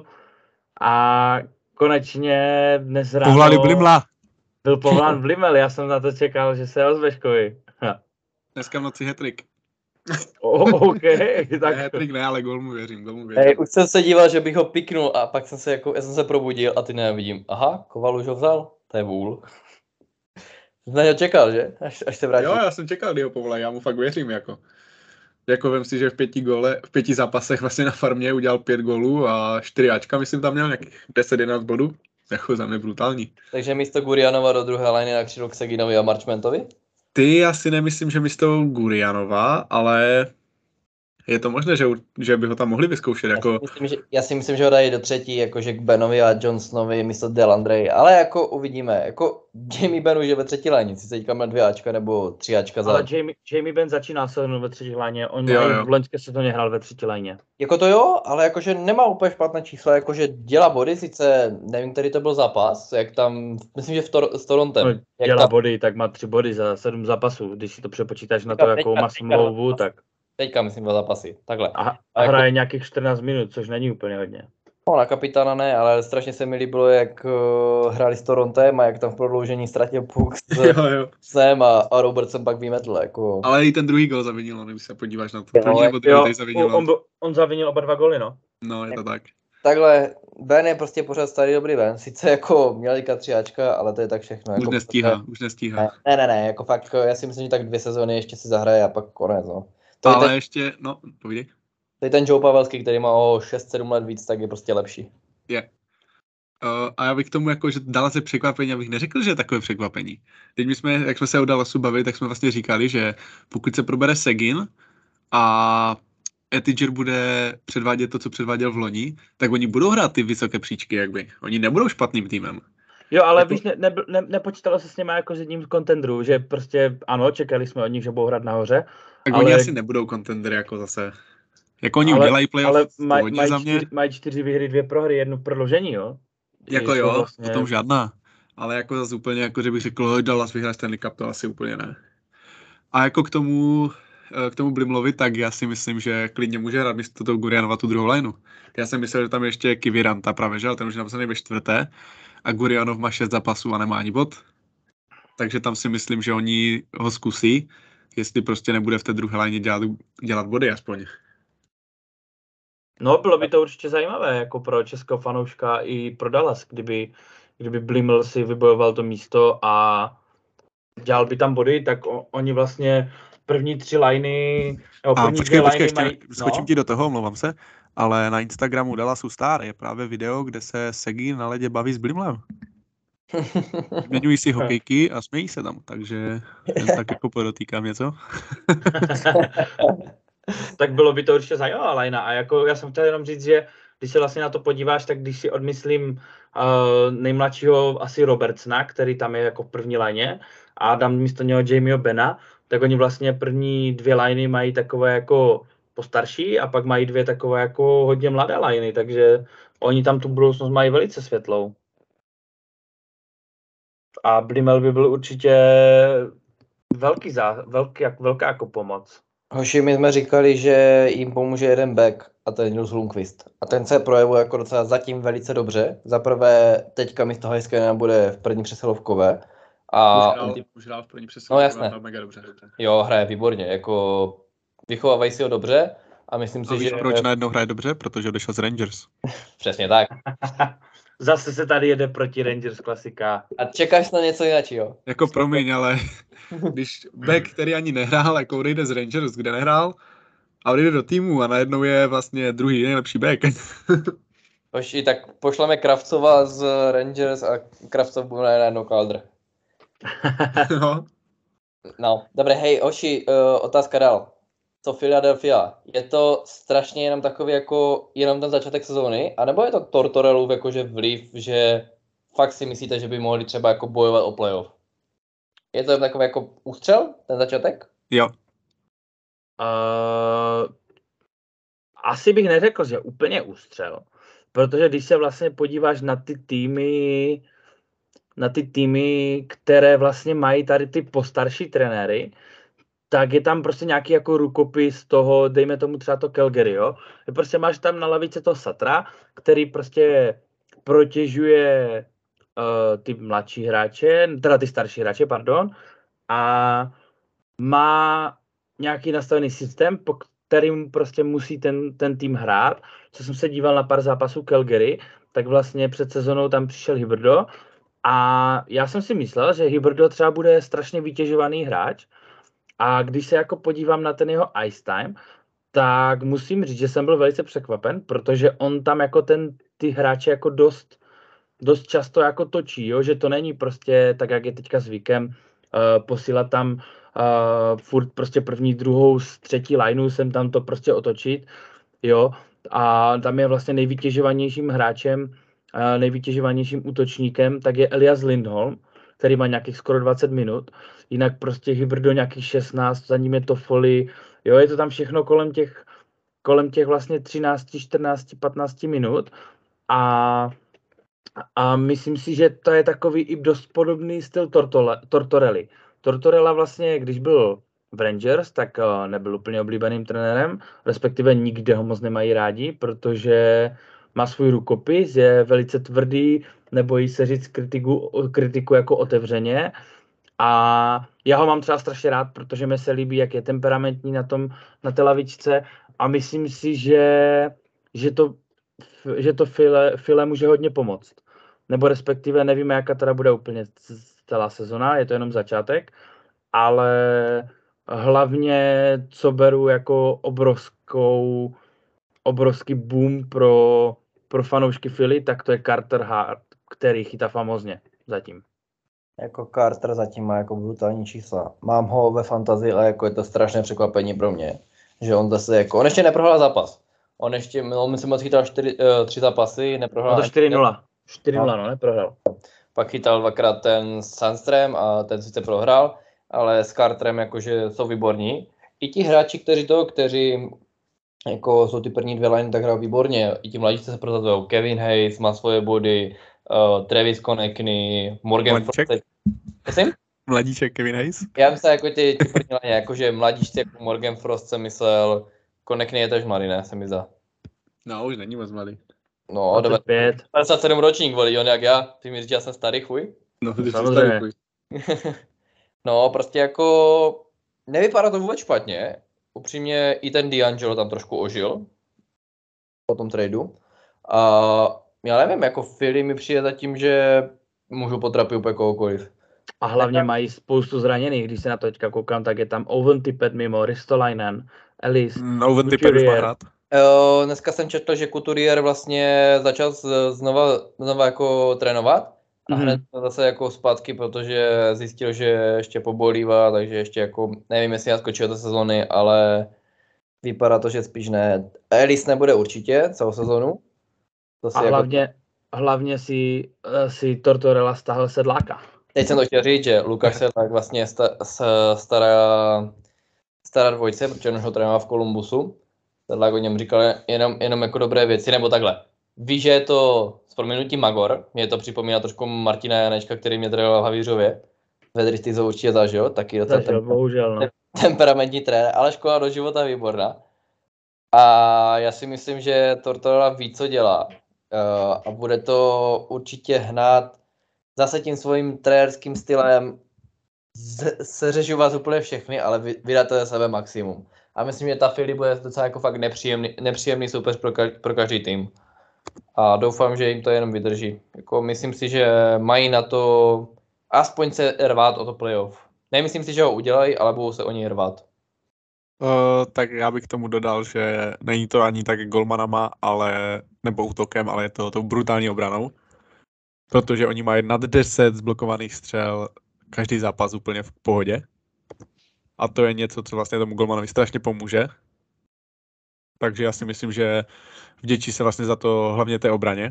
a konečně dnes ráno Povolali Blimla. byl povolán Blimel, já jsem na to čekal, že se ozveš, Kovi. Dneska v noci hat-trick. Oh, OK, tak. Ne, hat-trick ne, ale gól mu věřím, gól mu věřím. Hey, už jsem se díval, že bych ho piknul a pak jsem se jako, já jsem se probudil a ty nevidím. Aha, Koval už ho vzal, to je vůl. Jsi na něj čekal, že? Až, až se vrátí. Jo, já jsem čekal, kdy ho povolají, já mu fakt věřím, jako. Jako vem si, že v pěti, gole, v pěti zápasech vlastně na farmě udělal pět gólů a čtyři áčka, myslím, tam měl nějakých deset jedenáct bodů. Jako za mě brutální. Takže místo Gurianova do druhé liny na křídlo k Seginovi a Marchmentovi? Ty, já si nemyslím, že místo Gurianova, ale je to možné, že, že by ho tam mohli vyzkoušet. Jako... Já, si myslím, že, já si myslím, že ho dají do třetí, jakože k Benovi a Johnsonovi místo Delandre, ale jako uvidíme. Jako Jamie Benn už je ve třetí léně, si teďka má dvě áčka nebo tři áčka za. Ale Jamie, Jamie Benn začíná sezónu ve třetí léně, on jo, jo. v loňské sezóně hrál ve třetí léně. Jako to jo, ale jakože nemá úplně špatné čísla, jakože dělá body, sice nevím, který to byl zápas, jak tam, myslím, že v Tor- s Torontem. No, dělá tam... body, tak má tři body za sedm zápasů, když si to přepočítáš na to, jakou má smlouvu, tak... Teďka myslím dva zápasy, takhle. A, a hraje jako... nějakých čtrnáct minut, což není úplně hodně. No, na kapitána ne, ale strašně se mi líbilo, jak uh, hráli s Torontem a jak tam v prodloužení ztratil puk s jo, jo. Sam a, a Robertson pak vymetl. Jako... Ale i ten druhý gol zavinil, když se podíváš na to. Jo, První jo, zavinil. on, on zavinil oba dva goly, no. No, je to tak. Takhle, Ben je prostě pořád starý dobrý Ben, sice jako měl teďka tři áčka, ale to je tak všechno. Už jako nestíhá, prostě... už nestíhá. Ne, ne, ne, ne, jako fakt, já si myslím, že tak dvě sezóny ještě si zahraje a pak konec, no. To ale tak... ještě, no, povídej. Teď ten Joe Pavelský, který má o šest sedm let víc, tak je prostě lepší. Je. Uh, a já bych k tomu jako, že Dallas je překvapení, abych neřekl, že je takové překvapení. Teď my jsme, jak jsme se o Dallasu bavili, tak jsme vlastně říkali, že pokud se probere Seguin a Ettinger bude předvádět to, co předváděl v loni, tak oni budou hrát ty vysoké příčky, jakby. Oni nebudou špatným týmem. Jo, ale Jako- víš, ne, ne, ne, nepočítalo se s nimi jako s jedním z contendrů, že prostě ano, čekali jsme od nich, že budou hrát nahoře. Tak ale, oni asi nebudou contendry jako zase. Jako oni ale, udělají playoff ale v maj, pohodě mají za mě. čtyři, maj čtyři výhry, dvě prohry, jednu v prodloužení, jo? Jako Ještě jo, vlastně- o tom žádná. Ale jako zase úplně, jako že bych řekl, Dallas vyhraje Stanley Cup, to asi úplně ne. A jako k tomu, k tomu Blimlovi, tak já si myslím, že klidně může hrát místo toho Gurianova tu druhou lineu. Já jsem myslel, že tam je ještě Kiviranta právě, že? Ale ten už je napsaný ve čtvrté a Gurianov má šest zápasů a nemá ani bod. Takže tam si myslím, že oni ho zkusí, jestli prostě nebude v té druhé lině dělat, dělat body aspoň. No, bylo by to určitě zajímavé, jako pro českého fanouška i pro Dallas, kdyby, kdyby Bliml si vybojoval to místo a dělal by tam body, tak o, oni vlastně první tři liney, nebo A první počkej, dvě počkej, liney ještě mají, skočím no, ti do toho, omlouvám se, ale na Instagramu Dallasu Star je právě video, kde se Seguin na ledě baví s Blimlem. Vyměňují si hokejky a smějí se tam, takže jen tak jako podotýkám něco. tak bylo by to určitě zajímavá linea. A jako já jsem chtěl jenom říct, že když se vlastně na to podíváš, tak když si odmyslím uh, nejmladšího asi Robertsona, který tam je jako v první lině, a dám místo něho Jamieho Bena, tak oni vlastně první dvě liney mají takové jako postarší a pak mají dvě takové jako hodně mladé liney, takže oni tam tu budoucnost mají velice světlou. A Blimel by byl určitě velký, zá, velký, velká jako pomoc. Hoši, my jsme říkali, že jim pomůže jeden back a ten Nils Lundqvist. A ten se projevuje jako docela zatím velice dobře. Za prvé teďka místo Heiskena bude v první přesilovkové. A Už hrál, ty... už hrál v první No, přesilovce, jasné. hrál mega dobře. Jo, hraje výborně. Jako vychovávají si ho dobře a myslím A si, víš, že... proč najednou hraje dobře? Protože odešel z Rangers. Přesně tak. Zase se tady jede proti Rangers klasika. A čekáš na něco jiného? Jako promiň, ale když back, který ani nehrál, jako odejde z Rangers, kde nehrál, a odejde do týmu a najednou je vlastně druhý nejlepší back. Hoši, tak pošleme Kravcova z Rangers a Kravcov bude najednou Kaldr. no. No, dobré, hej, Oši, uh, otázka dál. Co Philadelphia? Je to strašně jenom takový jako jenom ten začátek sezóny? A nebo je to Tortorellův jakože vliv, že fakt si myslíte, že by mohli třeba jako bojovat o playoff? Je to takový jako ústřel, ten začátek? Jo. Uh, asi bych neřekl, že úplně ústřel. Protože když se vlastně podíváš na ty týmy, na ty týmy, které vlastně mají tady ty postarší trenéry, tak je tam prostě nějaký jako rukopis toho, dejme tomu třeba to Calgary, jo. Prostě máš tam na lavice toho Satra, který prostě protěžuje uh, ty mladší hráče, teda ty starší hráče, pardon, a má nějaký nastavený systém, po kterým prostě musí ten, ten tým hrát. Co jsem se díval na pár zápasů Calgary, tak vlastně před sezónou tam přišel Huberdeau a já jsem si myslel, že Huberdeau třeba bude strašně vytěžovaný hráč, a když se jako podívám na ten jeho ice time, tak musím říct, že jsem byl velice překvapen, protože on tam jako ten, ty hráče jako dost, dost často jako točí, jo? Že to není prostě tak, jak je teďka zvykem, uh, posílat tam uh, furt prostě první, druhou, z třetí lineu sem tam to prostě otočit, jo, a tam je vlastně nejvytěžovanějším hráčem, uh, nejvytěžovanějším útočníkem, tak je Elias Lindholm, který má nějakých skoro dvacet minut, jinak prostě Huberdeau nějakých šestnáct, za ním je Toffoli, jo, je to tam všechno kolem těch, kolem těch vlastně třináct, čtrnáct, patnáct minut a, a myslím si, že to je takový i dost podobný styl Tortole, Tortorelli. Tortorella vlastně, když byl v Rangers, tak nebyl úplně oblíbeným trenérem, respektive nikde ho moc nemají rádi, protože má svůj rukopis, je velice tvrdý, nebojí se říct kritiku, kritiku jako otevřeně. A já ho mám třeba strašně rád, protože mi se líbí, jak je temperamentní na tom, na té lavičce a myslím si, že, že to, že to Phile, Phile může hodně pomoct. Nebo respektive nevíme, jaká teda bude úplně celá sezona, je to jenom začátek, ale hlavně, co beru jako obrovskou obrovský boom pro, pro fanoušky Philly, tak to je Carter Hart, který chytá famózně zatím. Jako Carter zatím má jako brutální čísla. Mám ho ve fantazii, ale jako je to strašné překvapení pro mě, že on zase jako, on ještě neprohrál zápas. On ještě, on myslím, odchytal čtyři, tři zápasy, neprohrál. No to čtyři nula. čtyři nula, No. no, neprohrál. Pak chytal dvakrát ten Sandström a ten sice prohrál, ale s Carterem jakože jsou výborní. I ti hráči, kteří to, kteří jako jsou ty první dvě liny, tak hrajou výborně. I ti mladíci se prosazují. Kevin Hayes má svoje body, uh, Travis Konechny, Morgan Mladíček? Frost. Myslím? Mladíček Kevin Hayes? Já myslím, jako ty, ty první liny, jakože mladíčci jako Morgan Frost jsem myslel, Konechny je tež mladý, ne, se mi zdá. No, už není moc mladý. No, dvacet pět. devadesát sedm ročník, voli, on jak já. Ty mi říct, že já jsem starý chuj. No, ty jsi Samozřejmě. starý, chuj. No, prostě jako nevypadá to vůbec špatně. Upřímně i ten D'Angelo tam trošku ožil po tom tradu. A já nevím, jako Philly mi přijde zatím, že můžu potrapit úplně kohokoliv. A hlavně mají spoustu zraněných, když se na to teďka koukám, tak je tam Owen Tippett mimo, Ristolainen, Ellis, No, Owen Tippett už má Couturier. hrát. Uh, dneska jsem četl, že Couturier vlastně začal z- znova, znova jako trénovat a Mhm. hned zase jako zpátky, protože zjistil, že ještě pobolívá, takže ještě jako nevím, jestli naskočil do sezóny, ale vypadá to, že spíš ne. Ellis nebude určitě celou sezónu. To si A jako, hlavně, hlavně si, eh, si Tortorella stáhl sedláka. teď jsem to chtěl říct, že Lukáš se tak vlastně sta, s- stará, stará dvojce, protože on ho trénoval v Kolumbusu. Sedlák o něm říkal jenom, jenom jako dobré věci, nebo takhle. Ví, že je to s prominutím magor, mě to připomíná trošku Martina Janečka, který mě trénoval v Havířově. Vedry ty to určitě zažil, taky docela Zažil, tem- bohužel, no. temperamentní trenér, ale škola do života je výborná. A já si myslím, že Tortorella ví, co dělá. Uh, a bude to určitě hnát zase tím svým trenérským stylem z- seřežovat úplně všechny, ale vy- vydat to ze sebe maximum. A myslím, že ta Philly bude docela jako fakt nepříjemný, nepříjemný soupeř pro, ka- pro každý tým. A doufám, že jim to jenom vydrží. Jako myslím si, že mají na to aspoň se rvát o to playoff. Nemyslím si, že ho udělají, ale budou se o něj rvát. Uh, tak já bych k tomu dodal, že není to ani tak golmanama, ale, nebo útokem, ale je to tou brutální obranou. Protože oni mají nad deset zblokovaných střel každý zápas úplně v pohodě. A to je něco, co vlastně tomu golmanovi strašně pomůže. Takže já si myslím, že vděčí se vlastně za to hlavně té obraně.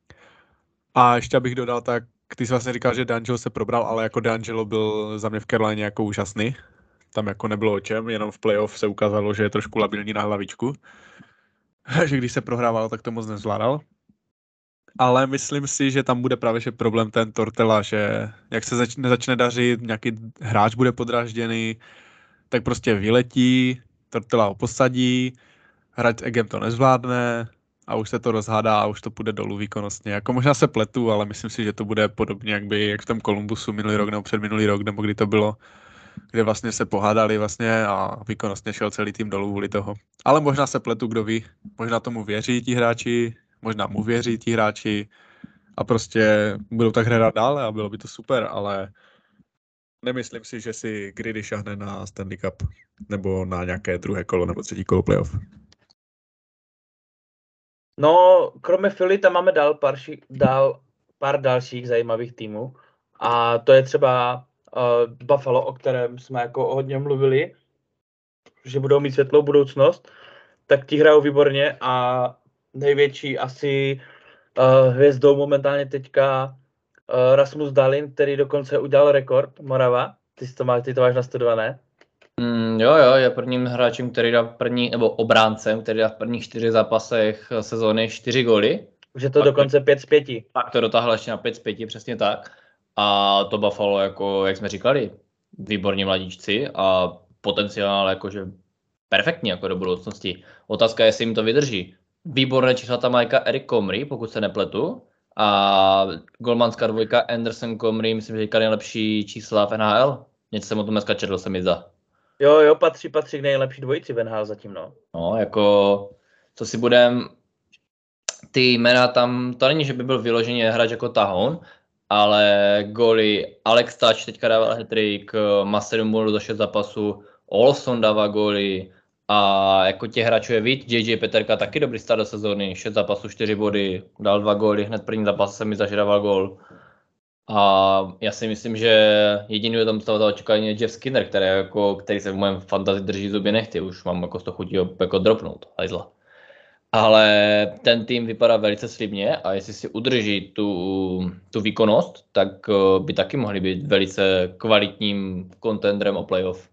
A ještě abych dodal, tak ty jsi vlastně říkal, že D'Angelo se probral, ale jako D'Angelo byl za mě v Carolině jako úžasný. Tam jako nebylo o čem, jenom v playoff se ukázalo, že je trošku labilní na hlavičku. Že když se prohrával, tak to moc nezvládal. Ale myslím si, že tam bude právě že problém ten Tortella, že jak se zač- nezačne dařit, nějaký hráč bude podrážděný, tak prostě vyletí, Tortella ho posadí, hráč s egem to nezvládne a už se to rozhádá a už to půjde dolů výkonnostně. Jako možná se pletu, ale myslím si, že to bude podobně jak, by, jak v tom Kolumbusu minulý rok nebo předminulý rok, nebo kdy to bylo, kde vlastně se pohádali vlastně a výkonnostně šel celý tým dolů kvůli toho. Ale možná se pletu, kdo ví, možná tomu věří ti hráči, možná mu věří ti hráči a prostě budou tak hrát dále a bylo by to super, ale nemyslím si, že si Greedy šahne na Stanley Cup nebo na nějaké druhé kolo nebo třetí kolo playoff. No, kromě Philly tam máme dál pár, ši- dál pár dalších zajímavých týmů. A to je třeba uh, Buffalo, o kterém jsme jako hodně mluvili, že budou mít světlou budoucnost. Tak ti hrajou výborně a největší asi uh, hvězdou momentálně teďka uh, Rasmus Dahlin, který dokonce udělal rekord, Morava. Ty, to, má, ty to máš nastudované. Mm, jo, jo, je prvním hráčem, který dá v první, nebo obráncem, který dá v prvních čtyři zápasech sezóny čtyři góly. Že to Pak- dokonce pět z pěti. Tak to dotáhl ještě na pět z pěti, přesně tak. A to Buffalo, jako, jak jsme říkali, výborní mladíčci a potenciál jakože perfektní jako do budoucnosti. Otázka je, jestli jim to vydrží. Výborné čísla tam má Eric Comrie, pokud se nepletu. A golmanská dvojka Anderson Comrie, myslím, že říkal nejlepší čísla v N H L. Něco jsem o tom dneska četl, se mi zdá. Jo, jo, patří, patří k nejlepší dvojici v N H L zatím, no. No, jako, co si budem, ty jména tam, to není, že by byl vyloženě hráč jako tahoun, ale góly, Alex Touch teďka dával hat-trick, má sedm gólů za šest zápasů, Olson dává góly, A jako těch hráčů je víc, J J Peterka taky dobrý start do sezóny, šest zápasů, čtyři body, dal dva góly, hned první zápas se mi zažíral gól. A já si myslím, že jediný, kdo tam z toho očekávání je Jeff Skinner, který, jako, který se v mém fantasy drží zuby nechty, už mám jako z toho chutí ho jako dropnout, hajzla. Ale ten tým vypadá velice slibně a jestli si udrží tu, tu výkonnost, tak by taky mohli být velice kvalitním contendrem o playoff.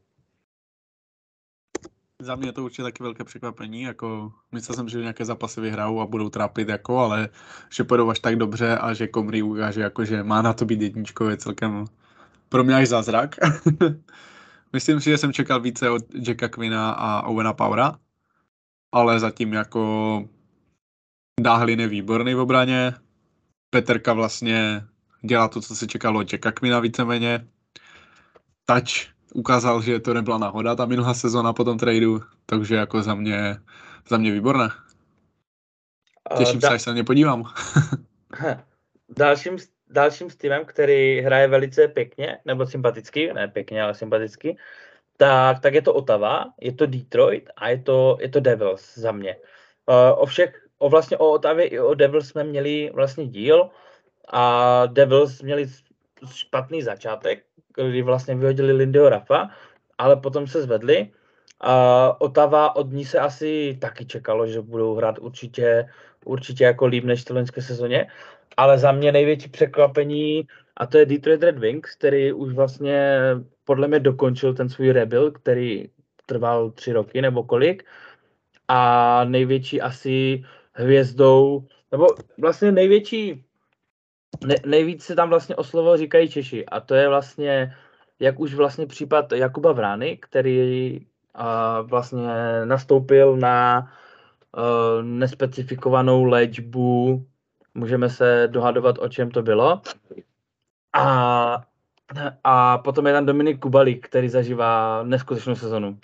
Za mě je to určitě taky velké překvapení, jako myslel jsem, že nějaké zápasy vyhrajou a budou trápit, jako, ale že půjdou až tak dobře a že Comrie ukáže, jako, že má na to být jedničkou, je celkem pro mě až zázrak. Myslím si, že jsem čekal více od Jacka Quinna a Owena Powera, ale zatím jako Dahlin je výborný v obraně, Peterka vlastně dělá to, co se čekalo od Jacka Quinna víceméně, Touch ukázal, že to nebyla náhoda ta minulá sezona po tom tradu, takže jako za mě, za mě výborné. Těším Da- se, až se na ně podívám. dalším, dalším s týmem, který hraje velice pěkně, nebo sympaticky, ne pěkně, ale sympaticky, tak, tak je to Ottawa, je to Detroit a je to, je to Devils za mě. Uh, o všech, o vlastně o Ottawě i o Devils jsme měli vlastně díl a Devils měli špatný začátek, kdy vlastně vyhodili Lindyho Raffa, ale potom se zvedli. Uh, Ottawa, od ní se asi taky čekalo, že budou hrát určitě, určitě jako líp než v loňské sezóně, ale za mě největší překvapení, a to je Detroit Red Wings, který už vlastně podle mě dokončil ten svůj rebuild, který trval tři roky nebo kolik, a největší asi hvězdou, nebo vlastně největší, ne, nejvíc se tam vlastně o slovo říkají Češi, a to je vlastně, jak už vlastně případ Jakuba Vrány, který uh, vlastně nastoupil na uh, nespecifikovanou léčbu, můžeme se dohadovat, o čem to bylo. A, a potom je tam Dominik Kubalík, který zažívá neskutečnou sezonu.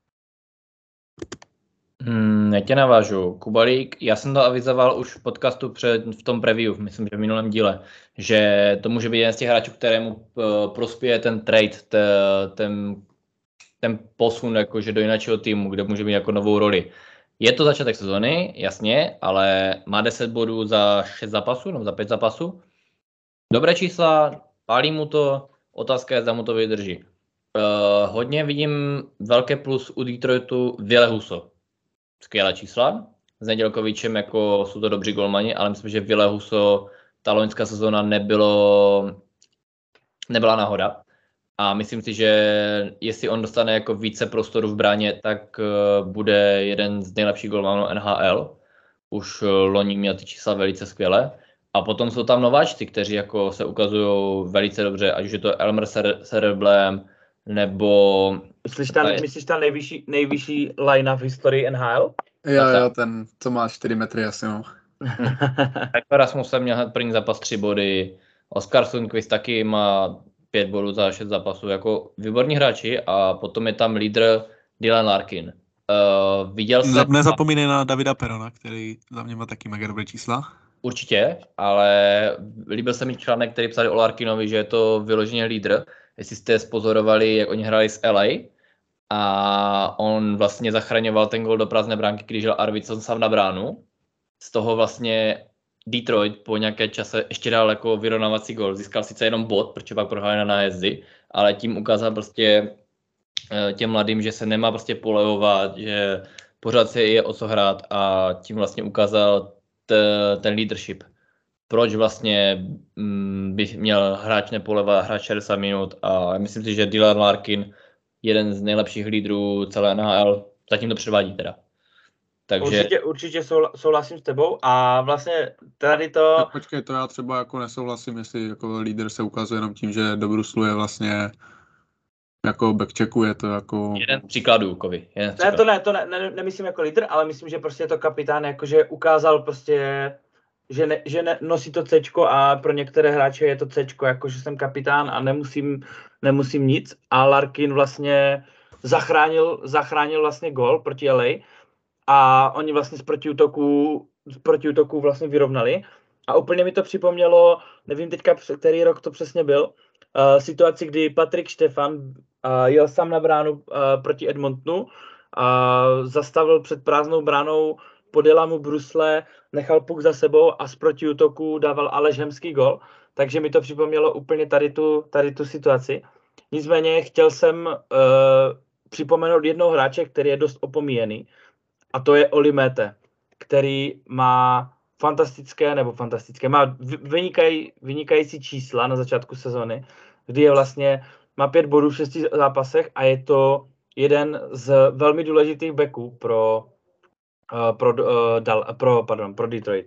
Hmm, já tě navážu. Kubalík, já jsem to avizoval už v podcastu před, v tom preview, myslím, že v minulém díle, že to může být jeden z těch hráčů, kterému uh, prospěje ten trade, t, ten, ten posun jakože do jiného týmu, kde může mít jako novou roli. Je to začátek sezony, jasně, ale má deset bodů za šest zápasů, nebo za pět zápasů. Dobré čísla, pálí mu to, otázka je, zda mu to vydrží. Uh, hodně vidím velké plus u Detroitu Ville Husso. Skvělá čísla. S Nedělkovičem jako jsou to dobří golmani, ale myslím, že Ville Husso, ta loňská sezóna nebylo, nebyla náhoda. A myslím si, že jestli on dostane jako více prostoru v bráně, tak uh, bude jeden z nejlepších golmanů N H L. Už uh, loni měl ty čísla velice skvěle. A potom jsou tam nováčci, kteří jako se ukazují velice dobře, ať už je to Elmer Cereblem, nebo... Myslíš tam, myslíš tam nejvyšší, nejvyšší line v historii N H L? Jo, jo, ten, co má čtyři metry asi, no. Tak Rasmussen měl hned první zápas tři body, Oskar Sundqvist taky má pět bodů za šest zápasů, jako výborní hráči, a potom je tam lídr Dylan Larkin. Uh, viděl jsem... Nezapomínej na Davida Perona, který za mě má taky mega dobré čísla. Určitě, ale líbil se mi článek, který psali o Larkinovi, že je to vyloženě lídr. Jestli jste spozorovali, jak oni hráli s L A a on vlastně zachraňoval ten gol do prázdné bránky, když žil Arvidsson sám na bránu. Z toho vlastně Detroit po nějaké čase ještě dal jako vyrovnávací gol. Získal sice jenom bod, protože pak prohráli na nájezdy, ale tím ukázal prostě těm mladým, že se nemá prostě polevovat, že pořád se je o co hrát, a tím vlastně ukázal t- ten leadership. Proč vlastně mm, by měl hráč nepolevat, hrát šedesát minut, a myslím si, že Dylan Larkin, jeden z nejlepších lídrů celé N H L, zatím to předvádí teda. Takže... Určitě, určitě souhlasím s tebou, a vlastně tady to... Tak počkej, to já třeba jako nesouhlasím, jestli jako lídr se ukazuje jenom tím, že do Bruslu je vlastně jako backchecku, je to jako... Jeden z příkladů, Kovy. Jeden z Ne, to ne, to ne, ne, nemyslím jako lídr, ale myslím, že prostě je to kapitán, jakože ukázal prostě, že, ne, že ne, nosí to Cčko, a pro některé hráče je to Cčko, jakože jsem kapitán a nemusím, nemusím nic, a Larkin vlastně zachránil, zachránil vlastně gól proti L A a oni vlastně z protiútoku, z protiútoku vlastně vyrovnali, a úplně mi to připomnělo, nevím teďka, který rok to přesně byl, uh, situaci, kdy Patrik Štefan uh, jel sám na bránu uh, proti Edmontonu a zastavil před prázdnou branou, podjela mu brusle, nechal puk za sebou a z protiútoku dával Aleš Hemský gol, takže mi to připomnělo úplně tady tu, tady tu situaci. Nicméně chtěl jsem uh, připomenout jednoho hráče, který je dost opomíjený, a to je Oli Mete, který má fantastické, nebo fantastické, má vynikají, vynikající čísla na začátku sezony, kdy je vlastně, má pět bodů v šesti zápasech a je to jeden z velmi důležitých backů pro, uh, pro, uh, dal, pro, pardon, pro Detroit.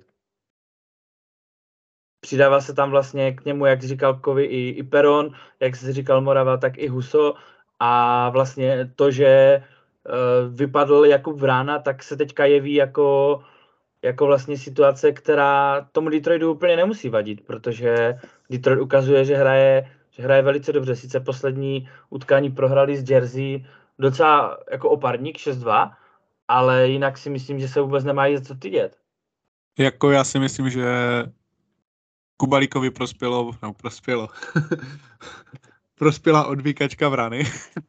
Přidává se tam vlastně k němu, jak říkal Kovy, i, i Peron, jak se říkal Morava, tak i Huso, a vlastně to, že uh, vypadl Jakub Vrána, tak se teďka jeví jako jako vlastně situace, která tomu Detroitu úplně nemusí vadit, protože Detroit ukazuje, že hraje, že hraje velice dobře. Sice poslední utkání prohrali s Jersey docela jako oparník šest dva, ale jinak si myslím, že se vůbec nemají za co tydět. Jako já si myslím, že Kubalíkovi prospělo, no prospělo, prospěla odvykačka Vrany,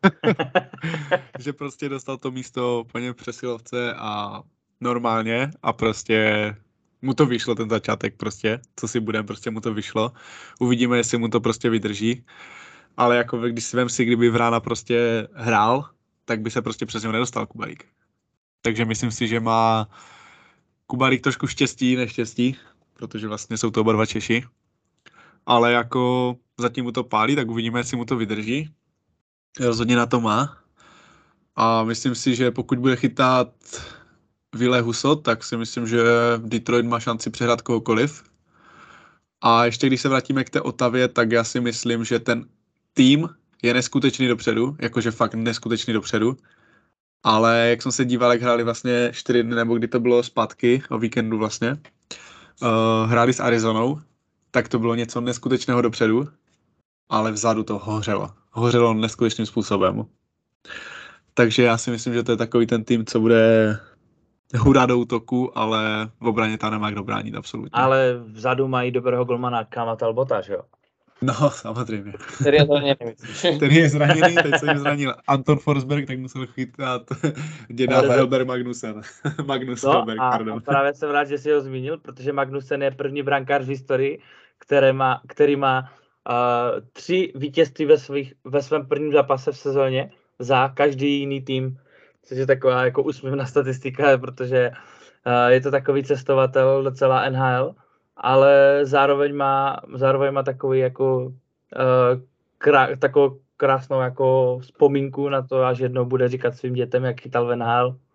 že prostě dostal to místo po něm přesilovce a normálně a prostě mu to vyšlo ten začátek prostě, co si budem, prostě mu to vyšlo. Uvidíme, jestli mu to prostě vydrží, ale jako když si vem si, kdyby Vrána prostě hrál, tak by se prostě přes něho nedostal Kubalík. Takže myslím si, že má Kubalík trošku štěstí, neštěstí, protože vlastně jsou to oba dva Češi, ale jako zatím mu to pálí, tak uvidíme, jestli mu to vydrží. Rozhodně na to má. A myslím si, že pokud bude chytat Ville Husso, tak si myslím, že Detroit má šanci přehrát kohokoliv. A ještě když se vrátíme k té Otavě, tak já si myslím, že ten tým je neskutečný dopředu, jakože fakt neskutečný dopředu. Ale jak jsem se díval, jak hráli vlastně čtyři dny, nebo kdy to bylo zpátky, o víkendu vlastně, uh, hráli s Arizonou, tak to bylo něco neskutečného dopředu, ale vzadu to hořelo. Hořelo neskutečným způsobem. Takže já si myslím, že to je takový ten tým, co bude hurá do útoku, ale v obraně tam nemá kdo bránit absolutně. Ale vzadu mají dobrého golmana Kama Talbota, že jo? No, samozřejmě. Který je zraněný, myslíš? Který je zraněný, teď se jim zranil Anton Forsberg, tak musel chytat děda Ale- Helber Magnussen. Magnus No Helberg, a, pardon. a právě jsem rád, že si ho zmínil, protože Magnussen je první brankář v historii, které má, který má uh, tři vítězství ve, svých, ve svém prvním zápase v sezóně za každý jiný tým, což je taková jako úsměvná statistika, protože uh, je to takový cestovatel docela N H L, ale zároveň má, zároveň má takový jako uh, krá, takovou krásnou jako vzpomínku na to, až jednou bude říkat svým dětem, jak chytal v N H L.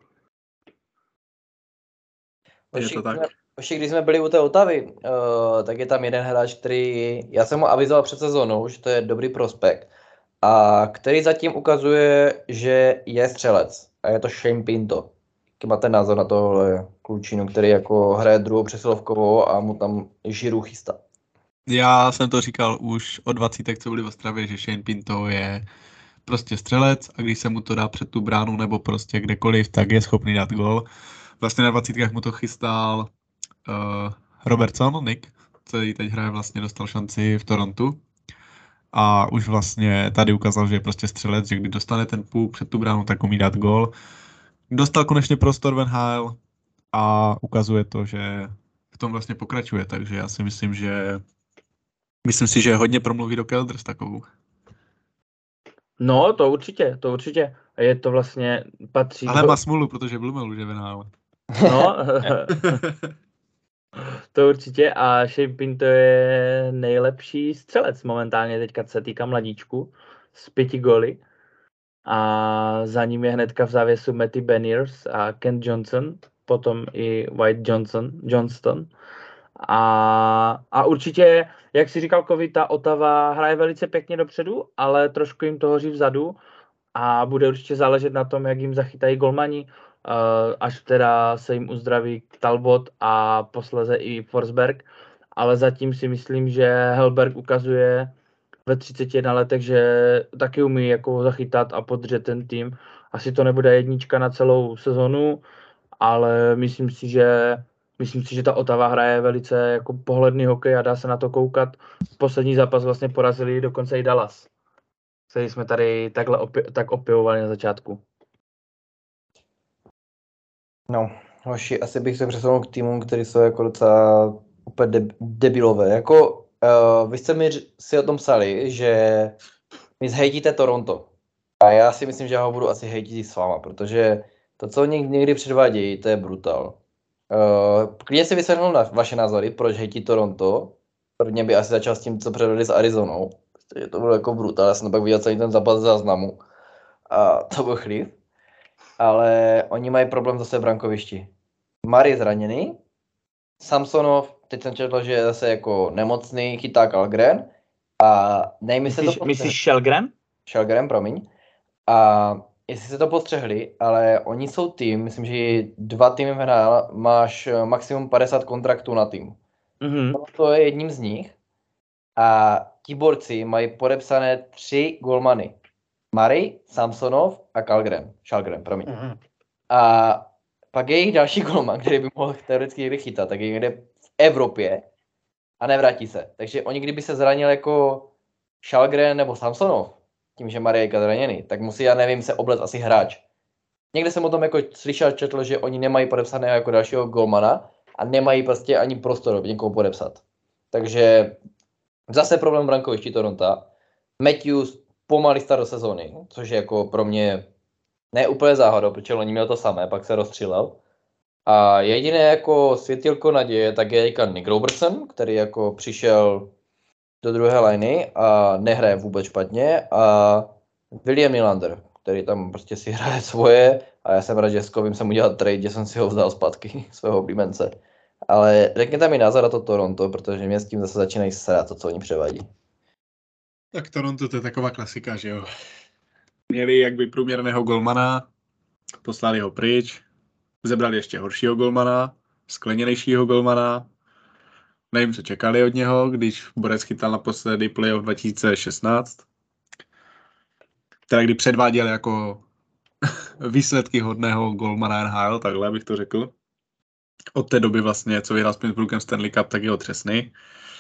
Je to tak. Ještě když jsme byli u té Otavy, uh, tak je tam jeden hráč, který, já jsem ho avizoval před sezónou, že to je dobrý prospekt, a který zatím ukazuje, že je střelec. A je to Shane Pinto. Jaký máte názor na tohle klučinu, který jako hraje druhou přesilovkovou a mu tam Žiru chystá? Já jsem to říkal už od dvacítek, co byli v Ostravě, že Shane Pinto je prostě střelec a když se mu to dá před tu bránu nebo prostě kdekoliv, tak je schopný dát gol. Vlastně na dvacítkách mu to chystal uh, Robertson, Nick, který teď hraje, vlastně dostal šanci v Torontu. A už vlastně tady ukázal, že je prostě střelec, že když dostane ten puk před tu bránu, tak umí dát gol. Dostal konečně prostor v N H L a ukazuje to, že v tom vlastně pokračuje, takže já si myslím, že myslím si, že hodně promluví do Kelders takovou. No, to určitě, to určitě. A je to vlastně, patří Ale do... má smůlu, protože Blumel už je v N H L. No, to určitě. A Shane Pinto je nejlepší střelec momentálně teďka, co se týká mladíčku, s pěti góly. A za ním je hnedka v závěsu Matty Beniers a Kent Johnson, potom i White Johnson, Johnston. A, a určitě, jak si říkal Kovy, ta Otava hraje velice pěkně dopředu, ale trošku jim to hoří vzadu a bude určitě záležet na tom, jak jim zachytají golmani, až teda se jim uzdraví Talbot a posléze i Forsberg. Ale zatím si myslím, že Helberg ukazuje ve třiceti jedné letech, že taky umí jako zachytat a podržet ten tým. Asi to nebude jednička na celou sezonu, ale myslím si, že myslím si, že ta Otava hraje velice jako pohledný hokej a dá se na to koukat. Poslední zápas vlastně porazili dokonce i Dallas, který jsme tady takhle opi- tak opěvovali na začátku. No, hoši, asi bych se přesunul k týmům, který jsou jako docela úplně deb- debilové. Jako, uh, vy jste mi ř- si o tom psali, že mi zhejtíte Toronto. A já si myslím, že ho budu asi hejtit s váma, protože to, co oni někdy předvádějí, to je brutal. Uh, klidně si vysvětlil na vaše názory, proč hejtí Toronto. Prvně by asi začal s tím, co předvedli s Arizonou. Protože to bylo jako brutal, já jsem pak viděl celý ten zápas záznamu. A to byl chlív. Ale oni mají problém zase v brankovišti. Murray zraněný, Samsonov, teď jsem četl, že je zase jako nemocný, chytá Kallgren a nejmi se to Myslíš, myslíš Shelgren? Shelgren, promiň. A jestli se to postřehli, ale oni jsou tým, myslím, že dva týmy v N H L máš maximum padesát kontraktů na tým. Mhm. To je jedním z nich. A ti borci mají podepsané tři golmany. Murray, Samsonov a Kallgren. Shelgren, promiň. Mhm. A pak je jejich další golman, který by mohl teoreticky někde chytat, tak je někde v Evropě a nevrátí se. Takže oni kdyby se zranil jako Shelgren nebo Samsonov, tím, že Murray je zraněný, tak musí, já nevím, se oblet asi hráč. Někde jsem o tom jako slyšel, četl, že oni nemají podepsaného jako dalšího golmana a nemají prostě ani prostor, aby někoho podepsat. Takže zase problém v brankovišti Toronto. Matthews pomalý start do sezóny, což je jako pro mě ne úplně záhada, protože oni měl to samé, pak se rozstřílel. A jediné jako světilko naděje, tak je teďka Nick Robertson, který jako přišel do druhé liney a nehraje vůbec špatně. A William Nylander, který tam prostě si hraje svoje a já jsem rád, že s Kovým jsem udělal trade, že jsem si ho vzdal zpátky, svého oblíbence. Ale řekněte mi názor na to Toronto, protože mě s tím zase začínají srát to, co oni převádí. Tak Toronto to je taková klasika, že jo. Měli jakby průměrného golmana, poslali ho pryč, zebrali ještě horšího golmana, skleněnějšího golmana. Nevím, co čekali od něho, když Borec chytal naposledy playoff dva tisíce šestnáct. Teda kdy předváděl jako výsledky hodného golmana N H L, takhle bych to řekl. Od té doby vlastně, co vyhrál s Pittsburghem Stanley Cup, tak je otřesný.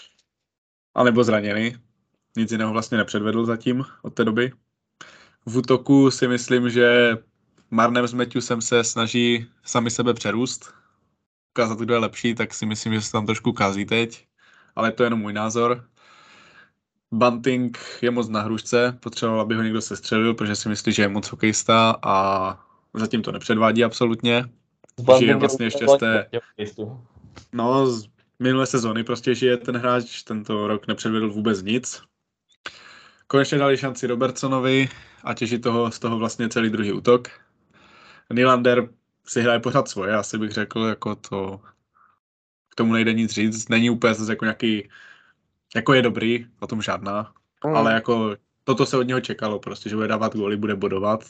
A nebo zraněný. Nic jiného vlastně nepředvedl zatím od té doby. V útoku si myslím, že Marner s Matthewsem se snaží sami sebe přerůst. Ukázat, kdo je lepší, tak si myslím, že se tam trošku kází teď. Ale to je jenom můj názor. Bunting je moc na hrušce, potřeboval, aby ho někdo sestřelil, protože si myslí, že je moc hokejista a zatím to nepředvádí absolutně. Žije vlastně ještě z té... No, z minulé sezóny prostě žije ten hráč, tento rok nepředvedl vůbec nic. Konečně dali šanci Robertsonovi a těží toho, z toho vlastně celý druhý útok. Nylander si hraje pořád svoje, asi bych řekl, jako to... K tomu nejde nic říct, není úplně zase jako nějaký... Jako je dobrý, o tom žádná, mm. ale jako toto se od něho čekalo, prostě, že bude dávat góly, bude bodovat.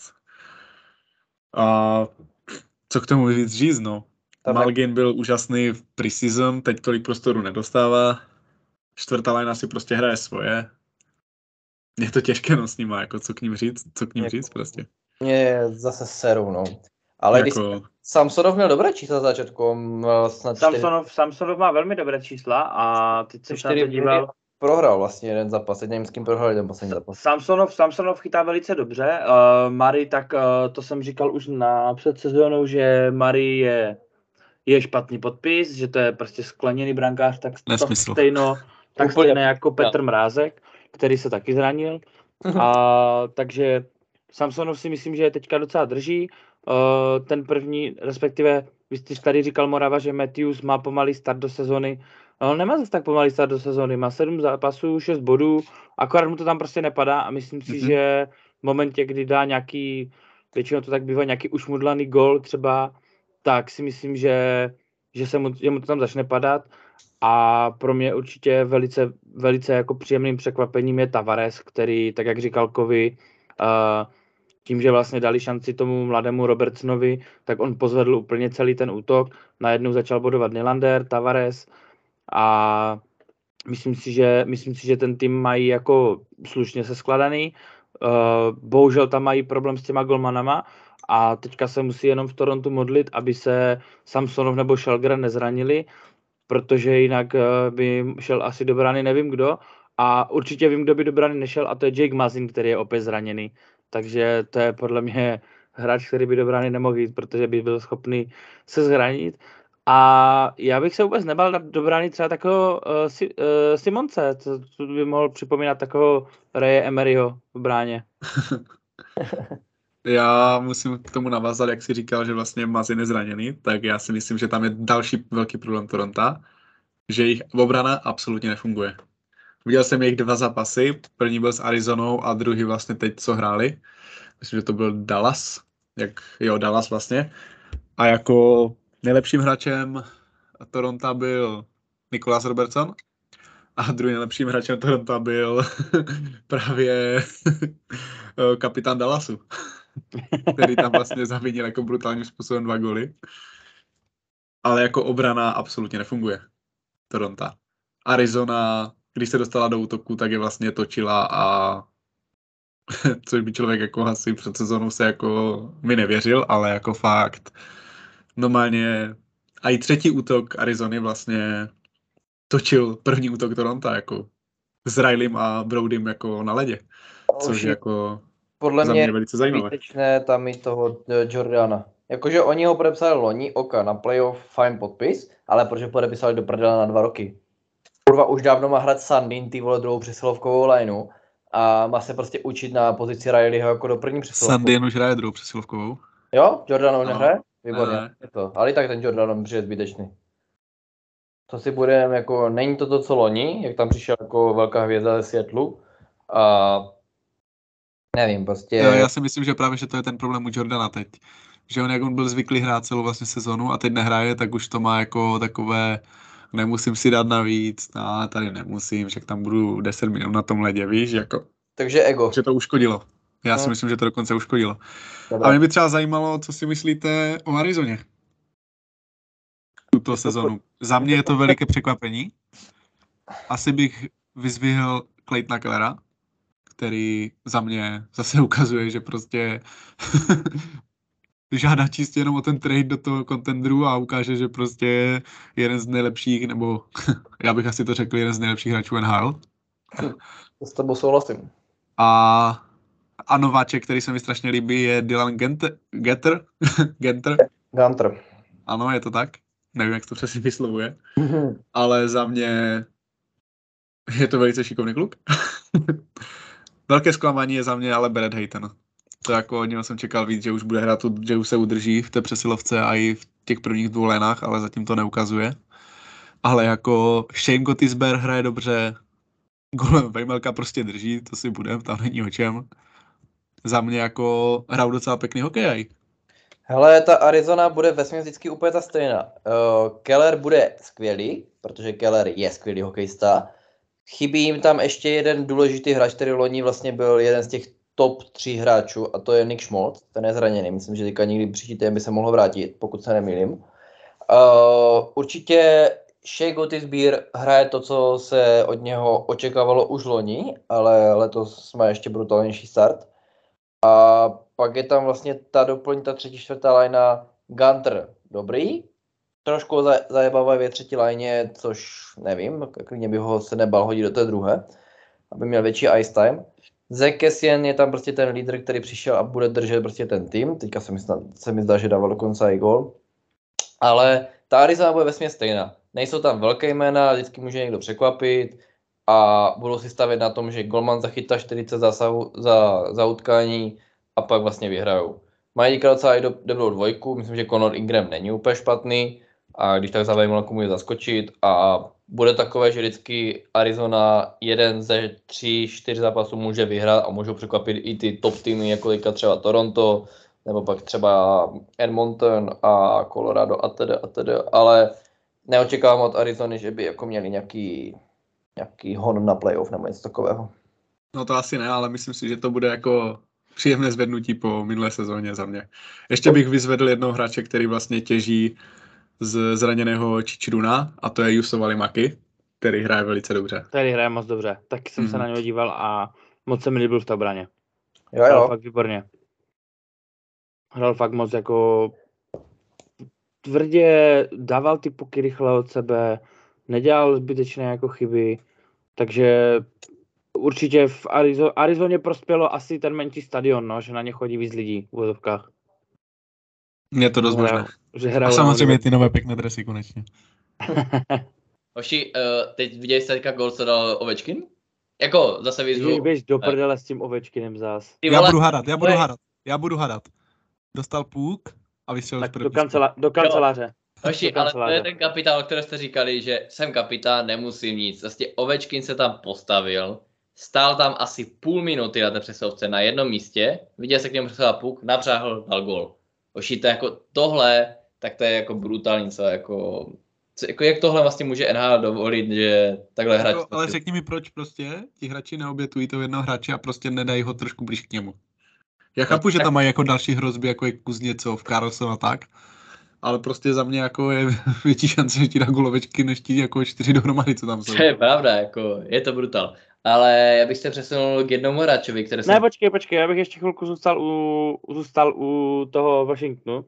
A co k tomu víc říct, no. Malgin byl úžasný v preseason, teď tolik prostoru nedostává. Čtvrtá line si prostě hraje svoje. Je to těžké, no, s nima, jako co k ním říct, co k ním jako, říct prostě. Mě zase seru, no. Ale jako... když Samsonov měl dobré čísla za začátku. Samsonov, Samsonov má velmi dobré čísla a teď jsem se na to díval. Prohrál vlastně jeden zápas, nevím s kým prohrál jeden poslední zápas. Samsonov, Samsonov chytá velice dobře. Uh, Murray, tak uh, to jsem říkal už na před sezónou, že Murray je, je špatný podpis, že to je prostě skleněný brankář, tak to stejno, tak stejné jako Petr Mrázek, který se taky zranil. A takže Samsonov si myslím, že teďka docela drží. Uh, ten první, respektive, vy jste tady říkal Morava, že Matthews má pomalý start do sezony. On nemá zase tak pomalý start do sezony, má sedm zápasů, šest bodů, akorát mu to tam prostě nepadá a myslím si, mm-hmm. že v momentě, kdy dá nějaký, většinou to tak bývá, nějaký ušmudlaný gol třeba, tak si myslím, že, že, se mu, že mu to tam začne padat a pro mě určitě velice, velice jako příjemným překvapením je Tavares, který, tak jak říkal Kovy, uh, tím, že vlastně dali šanci tomu mladému Robertsonovi, tak on pozvedl úplně celý ten útok. Najednou začal bodovat Nylander, Tavares a myslím si, že, myslím si, že ten tým mají jako slušně se skladaný. Uh, bohužel tam mají problém s těma golmanama a teďka se musí jenom v Torontu modlit, aby se Samsonov nebo Shelgren nezranili, protože jinak uh, by šel asi do brány nevím kdo a určitě vím, kdo by do brány nešel a to je Jake Mazin, který je opět zraněný. Takže to je podle mě hráč, který by do brány nemohl jít, protože by byl schopný se zranit. A já bych se vůbec nebal dát do brány třeba takového uh, si, uh, Simonce, co, co by mohl připomínat takového Raye Emeryho v bráně. Já musím k tomu navázat, jak jsi říkal, že vlastně Mazin je zraněný, tak já si myslím, že tam je další velký problém Toronta, že jejich obrana absolutně nefunguje. Viděl jsem jejich dva zápasy, první byl s Arizonou a druhý vlastně teď, co hráli. Myslím, že to byl Dallas, jak, jo, Dallas vlastně. A jako nejlepším hráčem Toronta byl Nicholas Robertson a druhým nejlepším hráčem Toronta byl právě kapitán Dallasu, který tam vlastně zavinil jako brutálním způsobem dva góly. Ale jako obrana absolutně nefunguje Toronta. Arizona, když se dostala do útoku, tak je vlastně točila a což by člověk jako asi před sezónou se jako mi nevěřil, ale jako fakt normálně a i třetí útok Arizony vlastně točil první útok Toronto jako s Rileym a Brodym jako na ledě, což je jako podle za mě mě velice zajímavé. výtečné tam i toho Jordana. Jakože oni ho podepsali loni, oka, na playoff, fajn podpis, ale protože podepisali do prdela na dva roky. Kurva už dávno má hrát Sandin, ty vole, druhou přesilovkovou lineu a má se prostě učit na pozici Rileyho jako do první přesilovkou. Sandin už hraje druhou přesilovkovou. Jo? Jordan už Ano. nehraje? Výborně. Ne. Je to. Ale i tak ten Jordan přijde zbytečný. To si budeme jako, není to to, co loni, jak tam přišel jako velká hvězda ze Seattlu. A nevím, prostě... Jo, já si myslím, že právě, že to je ten problém u Jordana teď. Že on, jak on byl zvyklý hrát celou vlastně sezonu a teď nehraje, tak už to má jako takové, nemusím si dát navíc, no, tady nemusím, však tam budu deset minut na tom ledě, víš, jako. Takže ego. Že to uškodilo. Já si Hmm. myslím, že to dokonce uškodilo. Dobrá. A mě by třeba zajímalo, co si myslíte o Arizoně. Tuto sezonu. Za mě je to veliké překvapení. Asi bych vyzvihl Claytona Kellera, který za mě zase ukazuje, že prostě žádá čistě jenom o ten trade do toho contendru a ukáže, že prostě je jeden z nejlepších, nebo já bych asi to řekl, jeden z nejlepších hráčů N H L. S tebou souhlasím. A, a nováček, který se mi strašně líbí, je Dylan Genter. Getter? Genter? Gunter. Ano, je to tak. Nevím, jak to přesně vyslovuje. Ale za mě je to velice šikovný kluk. Velké zklamání je za mě ale Barrett Hayton. To jako od něho jsem čekal víc, že už bude hrát, že už se udrží v té přesilovce a i v těch prvních dvou lénách, ale zatím to neukazuje. Ale jako Shane Gottisberg hraje dobře, Golem Vejmelka prostě drží, to si budem, tam není o čem. Za mě jako hrál docela pěkný hokej. Hele, ta Arizona bude vesměs vždycky úplně ta stejná. Uh, Keller bude skvělý, protože Keller je skvělý hokejista. Chybí jim tam ještě jeden důležitý hráč, který loni vlastně byl jeden z těch top tří hráčů, a to je Nick Schmaltz, ten je zraněný. Myslím, že teďka někdy příští týden by se mohl vrátit, pokud se nemýlím. Uh, určitě Shea Gottisberg hraje to, co se od něho očekávalo už loni, ale letos má ještě brutálnější start. A pak je tam vlastně ta doplň, ta třetí, čtvrtá lajna, Gunter dobrý, trošku zajebavá ve třetí lajně, což nevím, klidně by ho se nebal hodit do té druhé, aby měl větší ice time. Zach Kassian je tam prostě ten lídr, který přišel a bude držet prostě ten tým, teďka se mi, snad, se mi zdá, že dával dokonce i gól. Ale ta Arizona bude vesměs stejná. Nejsou tam velké jména, vždycky může někdo překvapit a budou si stavět na tom, že golman zachytá čtyřicet zásahů za, za utkání a pak vlastně vyhrajou. Mají teďka docela i do, dobrou dvojku, myslím, že Connor Ingram není úplně špatný a když tak za Vejmelku může zaskočit a bude takové, že vždycky Arizona jeden ze tří, čtyři zápasů může vyhrát a můžou překvapit i ty top týmy, jako teďka třeba Toronto, nebo pak třeba Edmonton a Colorado a tedy a tedy, ale neočekávám od Arizony, že by jako měli nějaký, nějaký hon na playoff nebo něco takového. No to asi ne, ale myslím si, že to bude jako příjemné zvednutí po minulé sezóně za mě. Ještě bych vyzvedl jednoho hráče, který vlastně těží z zraněného Čičiruna, a to je Juuso Valimaki, který hraje velice dobře. Který hraje moc dobře. Taky jsem mm. se na něho díval a moc se mi líbil v té obraně. Jo, Hrál jo. fakt výborně. Hrál fakt moc jako tvrdě, dával ty puky rychle od sebe, nedělal zbytečné jako chyby, takže určitě v Arizo- Arizoně prospělo asi ten menší stadion, no, že na ně chodí víc lidí v úvodovkách. Je to dost Hrajou- možné. že A hrajou samozřejmě na ty nové pěkné dresy konečně. Hoši, uh, teď viděli jste teďka gol, co dal Ovečkin? Jako, zase Ježiš, výzvu. běž do prdele s tím Ovečkinem zás. Ty Já vole, budu hadat, já budu ale- hadat, já budu hadat. Dostal půk a vystřelil z Tak do, první. kancela, do kanceláře. Hoši, do ale to je kanceláře. ten kapitán, o kterém jste říkali, že jsem kapitán, nemusím nic. Vlastně Ovečkin se tam postavil, stál tam asi půl minuty na té přesilovce na jednom místě, viděl se k němu přesouvat puk, napřáhl, dal gól. Hoši, to je jako tohle, tak to je jako brutální, co jako, co, jako jak tohle vlastně může N H L dovolit, že takhle hráč. Jako, ale řekni mi, proč prostě ti hráči neobětují toho jednoho hráče a prostě nedají ho trošku blíž k němu. Já chápu, že tam mají jako další hrozby, jako je Kuzněcov, Karlsson a tak, ale prostě za mě jako je větší šance, že ti dá Gulovečky, než ti jako čtyři dohromady, co tam jsou. To je pravda, jako, je to brutal. Ale já bych se přesunul k jednomu hráčovi, který jsem... Ne, počkej, počkej, já bych ještě chvilku zůstal u, zůstal u toho Washingtonu.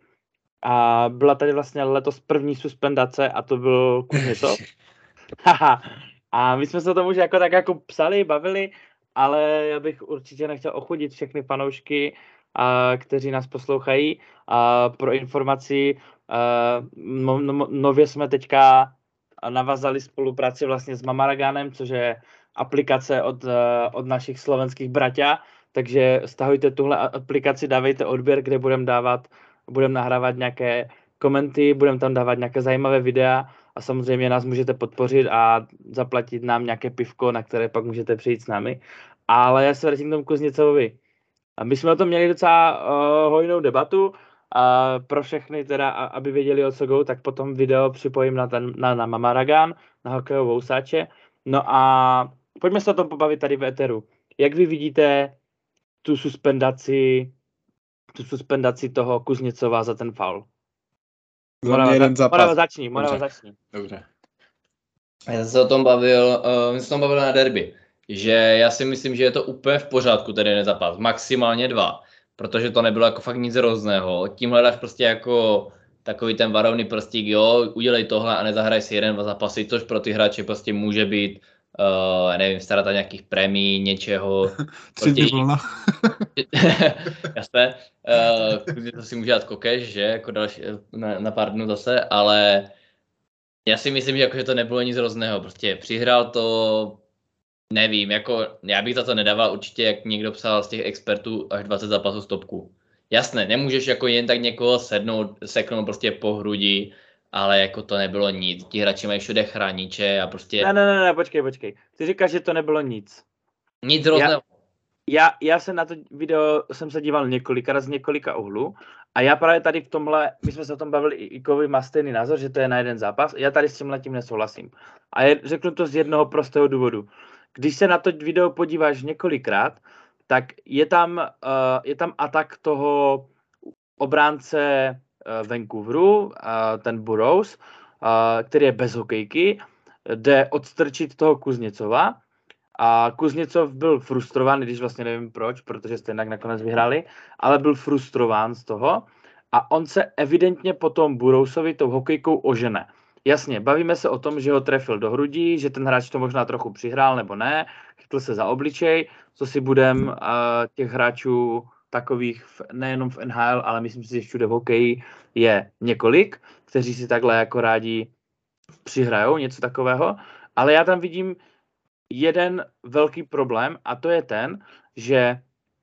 A byla tady vlastně letos první suspendace a to byl Kuzněcov. Haha. A my jsme se o tom už jako tak jako psali, bavili, ale já bych určitě nechtěl ochudit všechny fanoušky, a, kteří nás poslouchají. A pro informaci, a, no, no, nově jsme teďka navazali spolupráci vlastně s Mamaraganem, což je aplikace od, od našich slovenských bratia, takže stahujte tuhle aplikaci, dávejte odběr, kde budeme dávat, budeme nahrávat nějaké komenty, budeme tam dávat nějaké zajímavé videa a samozřejmě nás můžete podpořit a zaplatit nám nějaké pivko, na které pak můžete přijít s námi. Ale já se vrátím k tomu Kuzněcovovi. A my jsme o tom měli docela uh, hojnou debatu a pro všechny teda, a, aby věděli, o co go, tak potom video připojím na, ten, na, na Mamaragan, na hokejovou Ousáče. No a pojďme se o tom pobavit tady v éteru. Jak vy vidíte tu suspendaci, tu suspendaci toho Kuzněcova za ten faul? Za mě jeden zápas. Morava začni, Morava Dobře. začni. Dobře. Já jsem se o tom bavil, uh, my jsme se o tom bavili na derby, že já si myslím, že je to úplně v pořádku ten jeden zápas, maximálně dva, protože to nebylo jako fakt nic hrozného. Tím hledáš prostě jako takový ten varovný prstík, jo, udělej tohle a nezahraj si jeden, dva zápasy, což pro ty hráče prostě může být, uh, nevím, starat na nějakých prémií, něčeho. Tři dny volna. Jasné, uh, to si může dát kokeš, že, jako další, na, na pár dnů zase, ale já si myslím, že, jako, že to nebylo nic hrozného, prostě přihrál to, nevím, jako já bych za to nedával určitě, jak někdo psal z těch expertů, až dvacet zápasů stopku. Jasné, nemůžeš jako jen tak někoho sednout, seknout prostě po hrudi, ale jako to nebylo nic, ti hráči mají všude chrániče a prostě Ne, ne, ne, ne, počkej, počkej. Ty říkáš, že to nebylo nic. nic hrozného. Já, já se na to video jsem se díval několikrát z několika uhlů a já právě tady v tomhle, my jsme se o tom bavili, i Ikovi má stejný názor, že to je na jeden zápas, já tady s tímhle tím nesouhlasím. A je, řeknu to z jednoho prostého důvodu. Když se na to video podíváš několikrát, tak je tam, uh, je tam atak toho obránce uh, Vancouveru, uh, ten Burroughs, uh, který je bez hokejky, jde odstrčit toho Kuzněcova. A Kuzněcov byl frustrovaný, když vlastně nevím proč, protože jste jinak nakonec vyhráli, ale byl frustrován z toho a on se evidentně potom Burroughsovi tou hokejkou ožene. Jasně, bavíme se o tom, že ho trefil do hrudí, že ten hráč to možná trochu přihrál nebo ne, chytl se za obličej, co si budem uh, těch hráčů takových v, nejenom v N H L, ale myslím si, že všude v hokeji je několik, kteří si takhle jako rádi přihrajou něco takového, ale já tam vidím jeden velký problém a to je ten, že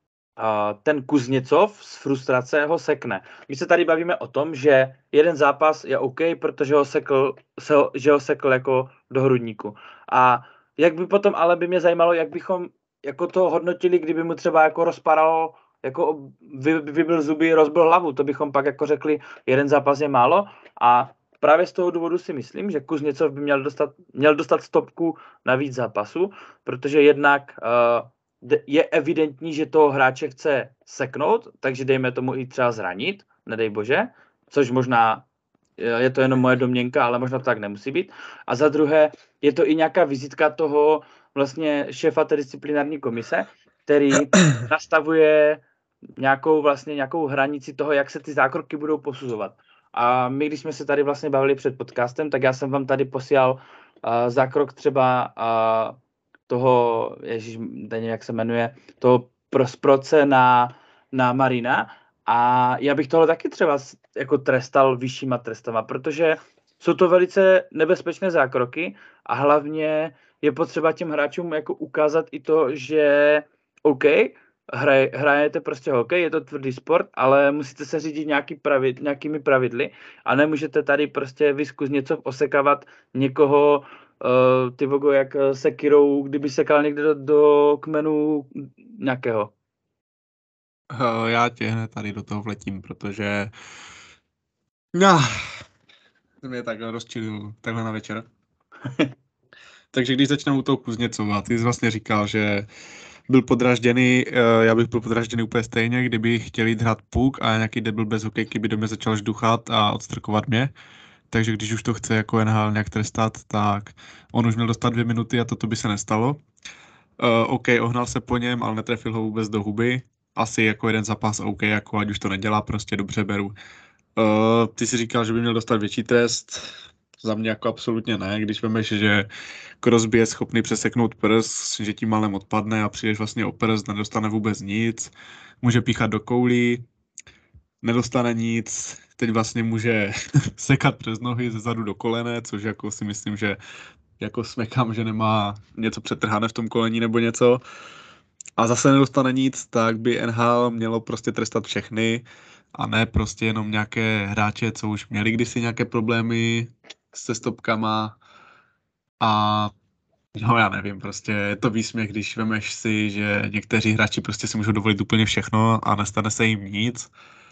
uh, ten Kuzněcov z frustrace ho sekne. My se tady bavíme o tom, že jeden zápas je OK, protože ho sekl, se, že ho sekl jako do hrudníku. A jak by potom, ale by mě zajímalo, jak bychom jako to hodnotili, kdyby mu třeba jako rozparal, jako vy, vybil zuby, rozbil hlavu, to bychom pak jako řekli, jeden zápas je málo a právě z toho důvodu si myslím, že Kuzněcov by měl dostat, měl dostat stopku na víc zápasů, protože jednak uh, je evidentní, že toho hráče chce seknout, takže dejme tomu i třeba zranit, nedej bože, což možná je to jenom moje domněnka, ale možná to tak nemusí být. A za druhé je to i nějaká vizitka toho vlastně šéfa té disciplinární komise, který nastavuje nějakou vlastně nějakou hranici toho, jak se ty zákroky budou posuzovat. A my, když jsme se tady vlastně bavili před podcastem, tak já jsem vám tady posílal uh, zákrok třeba uh, toho, ježiš, nevím, jak se jmenuje, toho prosproce na, na Marina A já bych tohle taky třeba jako trestal vyššíma trestama, protože jsou to velice nebezpečné zákroky a hlavně je potřeba těm hráčům jako ukázat i to, že OK, hraj, hrajete prostě hokej, je to tvrdý sport, ale musíte se řídit nějaký pravid, nějakými pravidly a nemůžete tady prostě vyskus něco osekávat někoho, uh, ty vogo, jak sekirou, kdyby sekal někde do, do kmenu nějakého. Uh, já tě hned tady do toho vletím, protože no, to mě takhle rozčilil takhle na večer. Takže když začneme u toho Kuzněcova, ty jsi vlastně říkal, že byl podražděný, já bych byl podražděný úplně stejně, kdyby chtěli jít hrát puk a nějaký debil bez hokejky by do mě začal žduchat a odstrkovat mě. Takže když už to chce jako N H L nějak trestat, tak on už měl dostat dvě minuty a toto by se nestalo. Uh, OK, ohnal se po něm, ale netrefil ho vůbec do huby. Asi jako jeden zápas OK, jako ať už to nedělá, prostě dobře beru. Uh, ty si říkal, že by měl dostat větší trest. Za mě jako absolutně ne, když vemeš, že Crosby je schopný přeseknout prst, že tím malem odpadne a přijdeš vlastně o prst, nedostane vůbec nic, může píchat do koulí, nedostane nic, teď vlastně může sekat přes nohy ze zadu do kolene, což jako si myslím, že jako smekám, že nemá něco přetrhané v tom kolení nebo něco. A zase nedostane nic, tak by N H L mělo prostě trestat všechny a ne prostě jenom nějaké hráče, co už měli kdysi nějaké problémy se stopkama a no já nevím, prostě je to výsměch, když vemeš si, že někteří hráči prostě si můžou dovolit úplně všechno a nestane se jim nic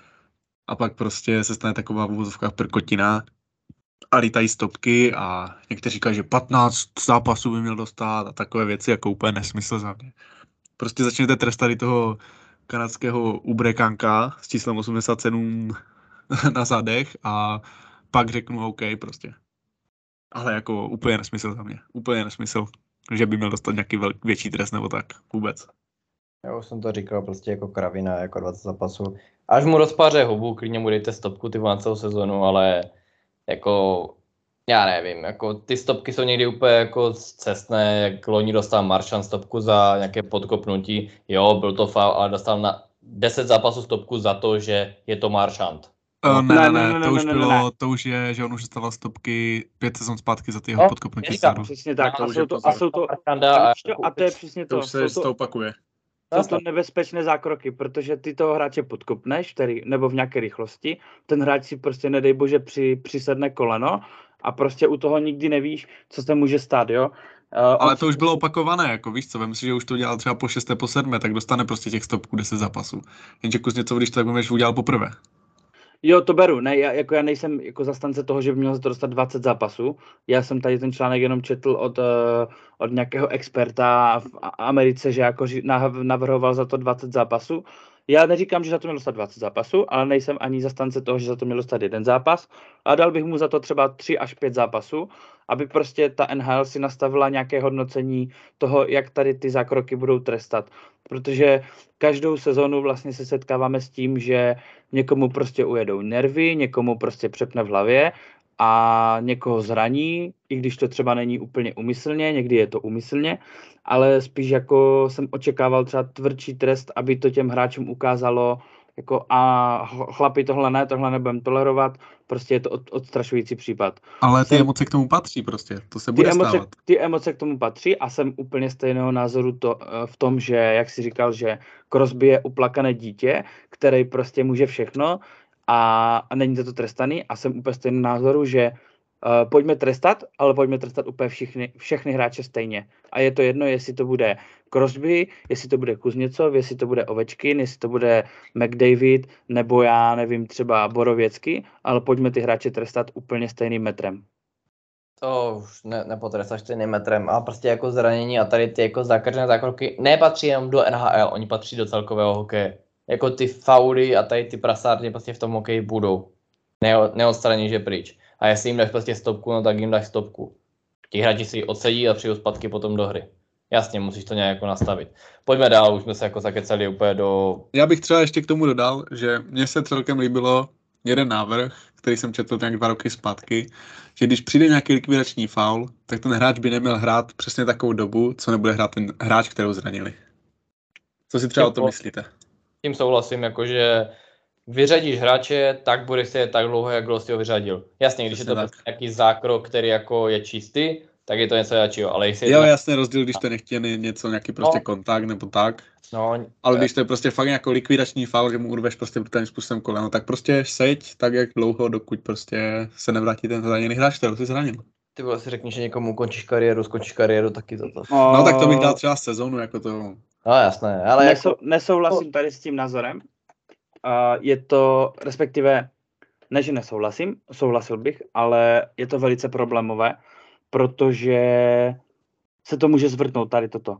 a pak prostě se stane taková v uvozovkách prkotina a lítají stopky a někteří říkají, že patnáct zápasů by měl dostat a takové věci jako úplně nesmysl za mě. Prostě začněte trestat i toho kanadského ubrekanka s číslem osmdesát sedm na zadech a pak řeknu OK prostě. Ale jako úplně nesmysl za mě. Úplně nesmysl, že by měl dostat nějaký vel- větší trest nebo tak. Vůbec. Já už jsem to říkal, prostě jako kravina, jako dvacet zápasů. Až mu rozpáře hubu, klidně mu dejte stopku ty na celou sezonu, ale jako já nevím, jako ty stopky jsou někdy úplně jako cestné, jak loni dostal Marchand stopku za nějaké podkopnutí, jo, byl to faul, ale dostal na deset zápasů stopku za to, že je to Marchand. Uh, ne, Ne, ne, ne, ne, ne, to ne, už ne, bylo, ne. to už je, že on už dostával stopky pět sezon zpátky za ty jeho No, podkopnutí říkám, vzadu. Přesně tak. No, to A už jsou je to, pozor. a jsou to, Marchanda a, a, a to je přesně To to. už se Jsou to to, opakuje. jsou to nebezpečné zákroky, protože ty toho hráče podkopneš, který, nebo v nějaké rychlosti, ten hráč si prostě nedej bože při, přisedne koleno a prostě u toho nikdy nevíš, co se může stát, jo. Uh, Ale to už bylo opakované, jako víš co, vem si, že už to dělal třeba po šesté, po sedmé, tak dostane prostě těch stopků deset zápasů. Jenže Kuzněcov, když to tak budeš udělal poprvé. Jo, to beru. Ne, já, jako já nejsem jako zastánce toho, že by měl za to dostat dvacet zápasů. Já jsem tady ten článek jenom četl od, uh, od nějakého experta v Americe, že jako ži- nav- navrhoval za to dvacet zápasů. Já neříkám, že za to měl dostat dvacet zápasů, ale nejsem ani zastánce toho, že za to měl dostat jeden zápas. A dal bych mu za to třeba tři až pět zápasů, aby prostě ta N H L si nastavila nějaké hodnocení toho, jak tady ty zákroky budou trestat. Protože každou sezonu vlastně se setkáváme s tím, že někomu prostě ujedou nervy, někomu prostě přepne v hlavě a někoho zraní, i když to třeba není úplně úmyslně, někdy je to úmyslně, ale spíš jako jsem očekával třeba tvrdší trest, aby to těm hráčům ukázalo, jako a chlapi tohle ne, tohle nebudem tolerovat, prostě je to od, odstrašující případ. Ale ty Jsem- emoce k tomu patří prostě, to se Ty bude emoce, stávat. ty emoce k tomu patří a jsem úplně stejného názoru to, eh, v tom, že, jak jsi říkal, že Crosby je uplakané dítě, který prostě může všechno a, a není za to trestaný a jsem úplně stejného názoru, že uh, pojďme trestat, ale pojďme trestat úplně všichni, všechny hráče stejně. A je to jedno, jestli to bude Crosby, jestli to bude Kuzněcov, jestli to bude Ovečkin, jestli to bude McDavid, nebo já nevím, třeba Borověcky, ale pojďme ty hráče trestat úplně stejným metrem. To už ne, nepotrestáš stejným metrem, a prostě jako zranění a tady ty jako zákařené zákroky nepatří jenom do N H L, oni patří do celkového hokeje. Jako ty fauly a tady ty prasárny prostě v tom hokeji budou. Ne, neodstraníš je pryč. A jestli jim dáš prostě stopku, no tak jim dáš stopku. Ti hráči si ji odsedí a přijdou zpátky potom do hry. Jasně, musíš to nějak jako nastavit. Pojďme dál, už jsme se jako zakecali úplně do... Já bych třeba ještě k tomu dodal, že mně se celkem líbilo jeden návrh, který jsem četl nějak dva roky zpátky, že když přijde nějaký likvidační faul, tak ten hráč by neměl hrát přesně takovou dobu, co nebude hrát ten hráč, kterou zranili. Co si třeba o tom myslíte? Tím souhlasím, jakože vyřadíš hráče, tak budeš se tak dlouho, jak kdo si ho vyřadil. Jasně, když je to nějaký zákrok, který jako je čistý, tak je to něco jiného, ale jestli je Jo, to... jasný rozdíl, když to nechtěný něco, nějaký prostě No. kontakt nebo tak. No, Ale když to je prostě fakt nějaký likvidační faul, že mu urveš prostě brutálním způsobem koleno, tak prostě seď tak, jak dlouho, dokud prostě se nevrátí ten zraněný hráč, kterou si zranil. Ty vole, si řekni, že někomu ukončíš kariéru, skončíš kariéru, taky toto. No tak to bych dal třeba sezónu, jako to... No jasné, ale Nesou, jako... nesouhlasím tady s tím názorem. Uh, je to, respektive, ne, že nesouhlasím, souhlasil bych, ale je to velice problémové, protože se to může zvrtnout tady toto.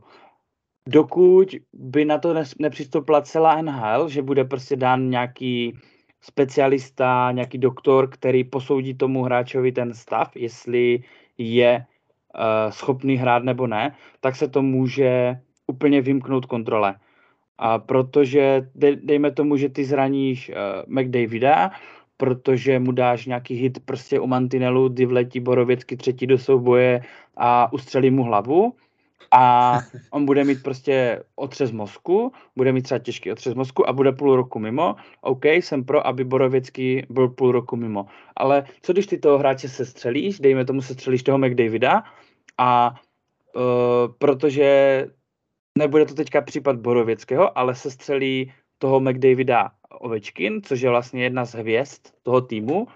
Dokud by na to nepřistoupila celá N H L, že bude prostě dán nějaký specialista, nějaký doktor, který posoudí tomu hráčovi ten stav, jestli je uh, schopný hrát nebo ne, tak se to může úplně vymknout kontrole. A protože, dej, dejme tomu, že ty zraníš uh, McDavida, protože mu dáš nějaký hit prostě u mantinelu, kdy vletí Borověcky třetí do souboje a ustřelí mu hlavu, a on bude mít prostě otřes mozku, bude mít třeba těžký otřes mozku a bude půl roku mimo. OK, jsem pro, aby Borověcký byl půl roku mimo. Ale co když ty toho hráče sestřelíš, dejme tomu sestřelíš toho McDavida a uh, protože nebude to teďka případ Borověckého, ale sestřelí toho McDavida Ovečkin, což je vlastně jedna z hvězd toho týmu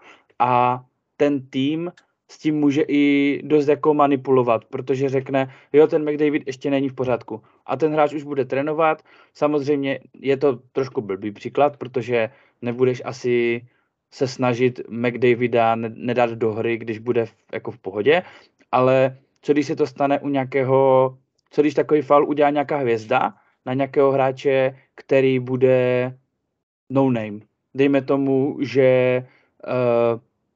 a ten tým s tím může i dost jako manipulovat, protože řekne, jo, ten McDavid ještě není v pořádku. A ten hráč už bude trénovat. Samozřejmě je to trošku blbý příklad, protože nebudeš asi se snažit McDavida nedat do hry, když bude v, jako v pohodě, ale co když se to stane u nějakého, co když takový faul udělá nějaká hvězda na nějakého hráče, který bude no name. Dejme tomu, že uh,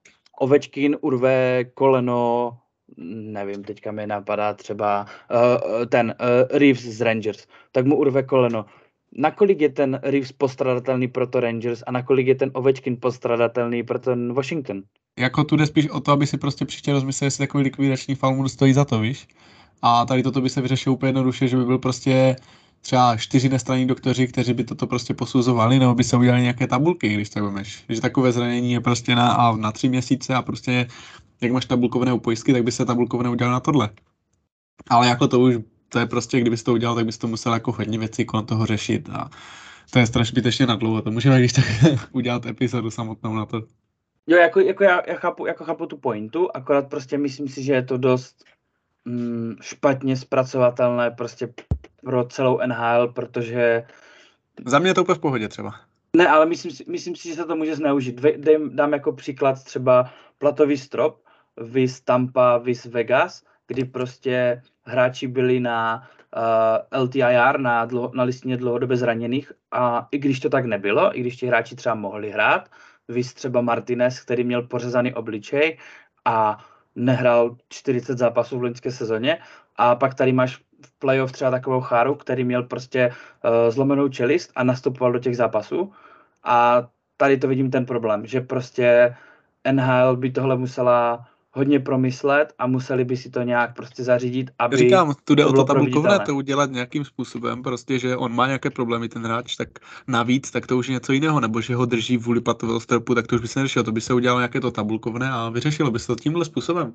Ovečkin urve koleno, nevím, teďka mi napadá třeba uh, ten uh, Reeves z Rangers, tak mu urve koleno. Nakolik je ten Reeves postradatelný pro to Rangers a nakolik je ten Ovečkin postradatelný pro ten Washington? Jako tu jde spíš o to, aby si prostě příště rozmyslel, jestli takový likvidační faul mu stojí za to, víš? A tady toto by se vyřešilo úplně jednoduše, že by byl prostě třeba čtyři nestranní doktoři, kteří by toto prostě posuzovali, nebo by se udělali nějaké tabulky, když tak vemeš. Že takové zranění je prostě na, a na tři měsíce a prostě jak máš tabulkované u pojistky, tak by se tabulkované udělal na tohle. Ale jako to už, to je prostě, kdybys to udělal, tak bys to musel jako hodně věcí kolem toho řešit a to je strašně zbytečně nadlouho. To můžeme když tak udělat epizodu samotnou na to. Jo, jako, jako já, já chápu, jako chápu tu pointu, akorát prostě myslím si, že je to dost mm, špatně zpracovatelné prostě pro celou N H L, protože... Za mě je to úplně v pohodě třeba. Ne, ale myslím si, myslím si, že se to může zneužít. Dej, dám jako příklad třeba platový strop, vis Tampa, vis Vegas, kdy prostě hráči byli na uh, L T I R, na, dlouho, na listině dlouhodobě zraněných a i když to tak nebylo, i když ti hráči třeba mohli hrát, vis třeba Martinez, který měl pořezaný obličej a nehrál čtyřicet zápasů v loňské sezóně a pak tady máš v playoff třeba takovou cháru, který měl prostě uh, zlomenou čelist a nastupoval do těch zápasů a tady to vidím ten problém, že prostě N H L by tohle musela hodně promyslet a museli by si to nějak prostě zařídit, aby... Říkám, tu jde to o to bylo tabulkovné proveditelné. to udělat nějakým způsobem, prostě, že on má nějaké problémy, ten hráč, tak navíc, tak to už je něco jiného, nebo že ho drží vůli platového stropu, tak to už by se neřešilo, to by se udělalo nějaké to tabulkovné a vyřešilo by se to tímhle způsobem.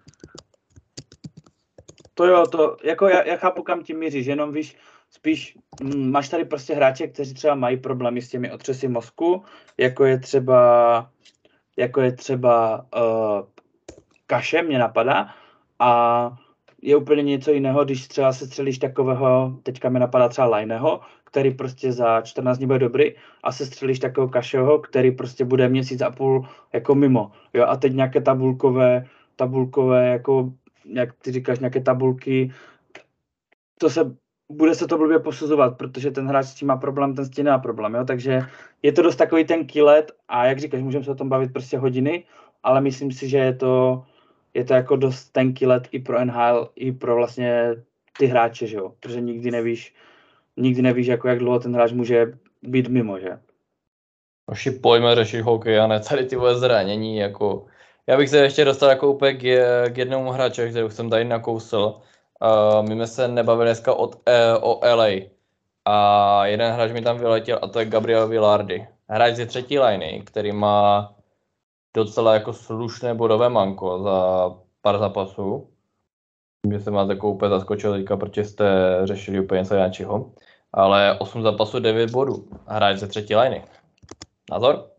To jo, to, jako já, já chápu, kam tím míříš, jenom víš, spíš mm, máš tady prostě hráče, kteří třeba mají problémy s těmi otřesy mozku, jako je třeba, jako je třeba uh, Kaše, mě napadá, a je úplně něco jiného, když třeba se střelíš takového, teďka mi napadá třeba Lajneho, který prostě za čtrnáct dní bude dobrý, a se střelíš takového Kašeho, který prostě bude měsíc a půl jako mimo. Jo, a teď nějaké tabulkové, tabulkové jako jak ty říkáš, nějaké tabulky, to se, bude se to blbě posuzovat, protože ten hráč s tím má problém, ten s tím nemá problém, jo? Takže je to dost takový tenký let a jak říkáš, můžeme se o tom bavit prostě hodiny, ale myslím si, že je to, je to jako dost tenký let i pro N H L, i pro vlastně ty hráče, že jo? Protože nikdy nevíš, nikdy nevíš, jako jak dlouho ten hráč může být mimo, že? Oši pojďme řešit hokej a ne tady ty vole zranění, jako... Já bych se ještě dostal jako úplně k, k jednomu hráči, kterou jsem tady nakousl. Uh, my jsme se nebavili dneska od, uh, o L A. A jeden hráč mi tam vyletěl a to je Gabriel Vilardi. hráč ze třetí liney, který má docela jako slušné bodové manko za pár zápasů. Mě se máte jako úplně zaskočil teďka, protože jste řešili úplně něco jiného. Ale osm zápasů, devět bodů. Hráč ze třetí liney. Názor?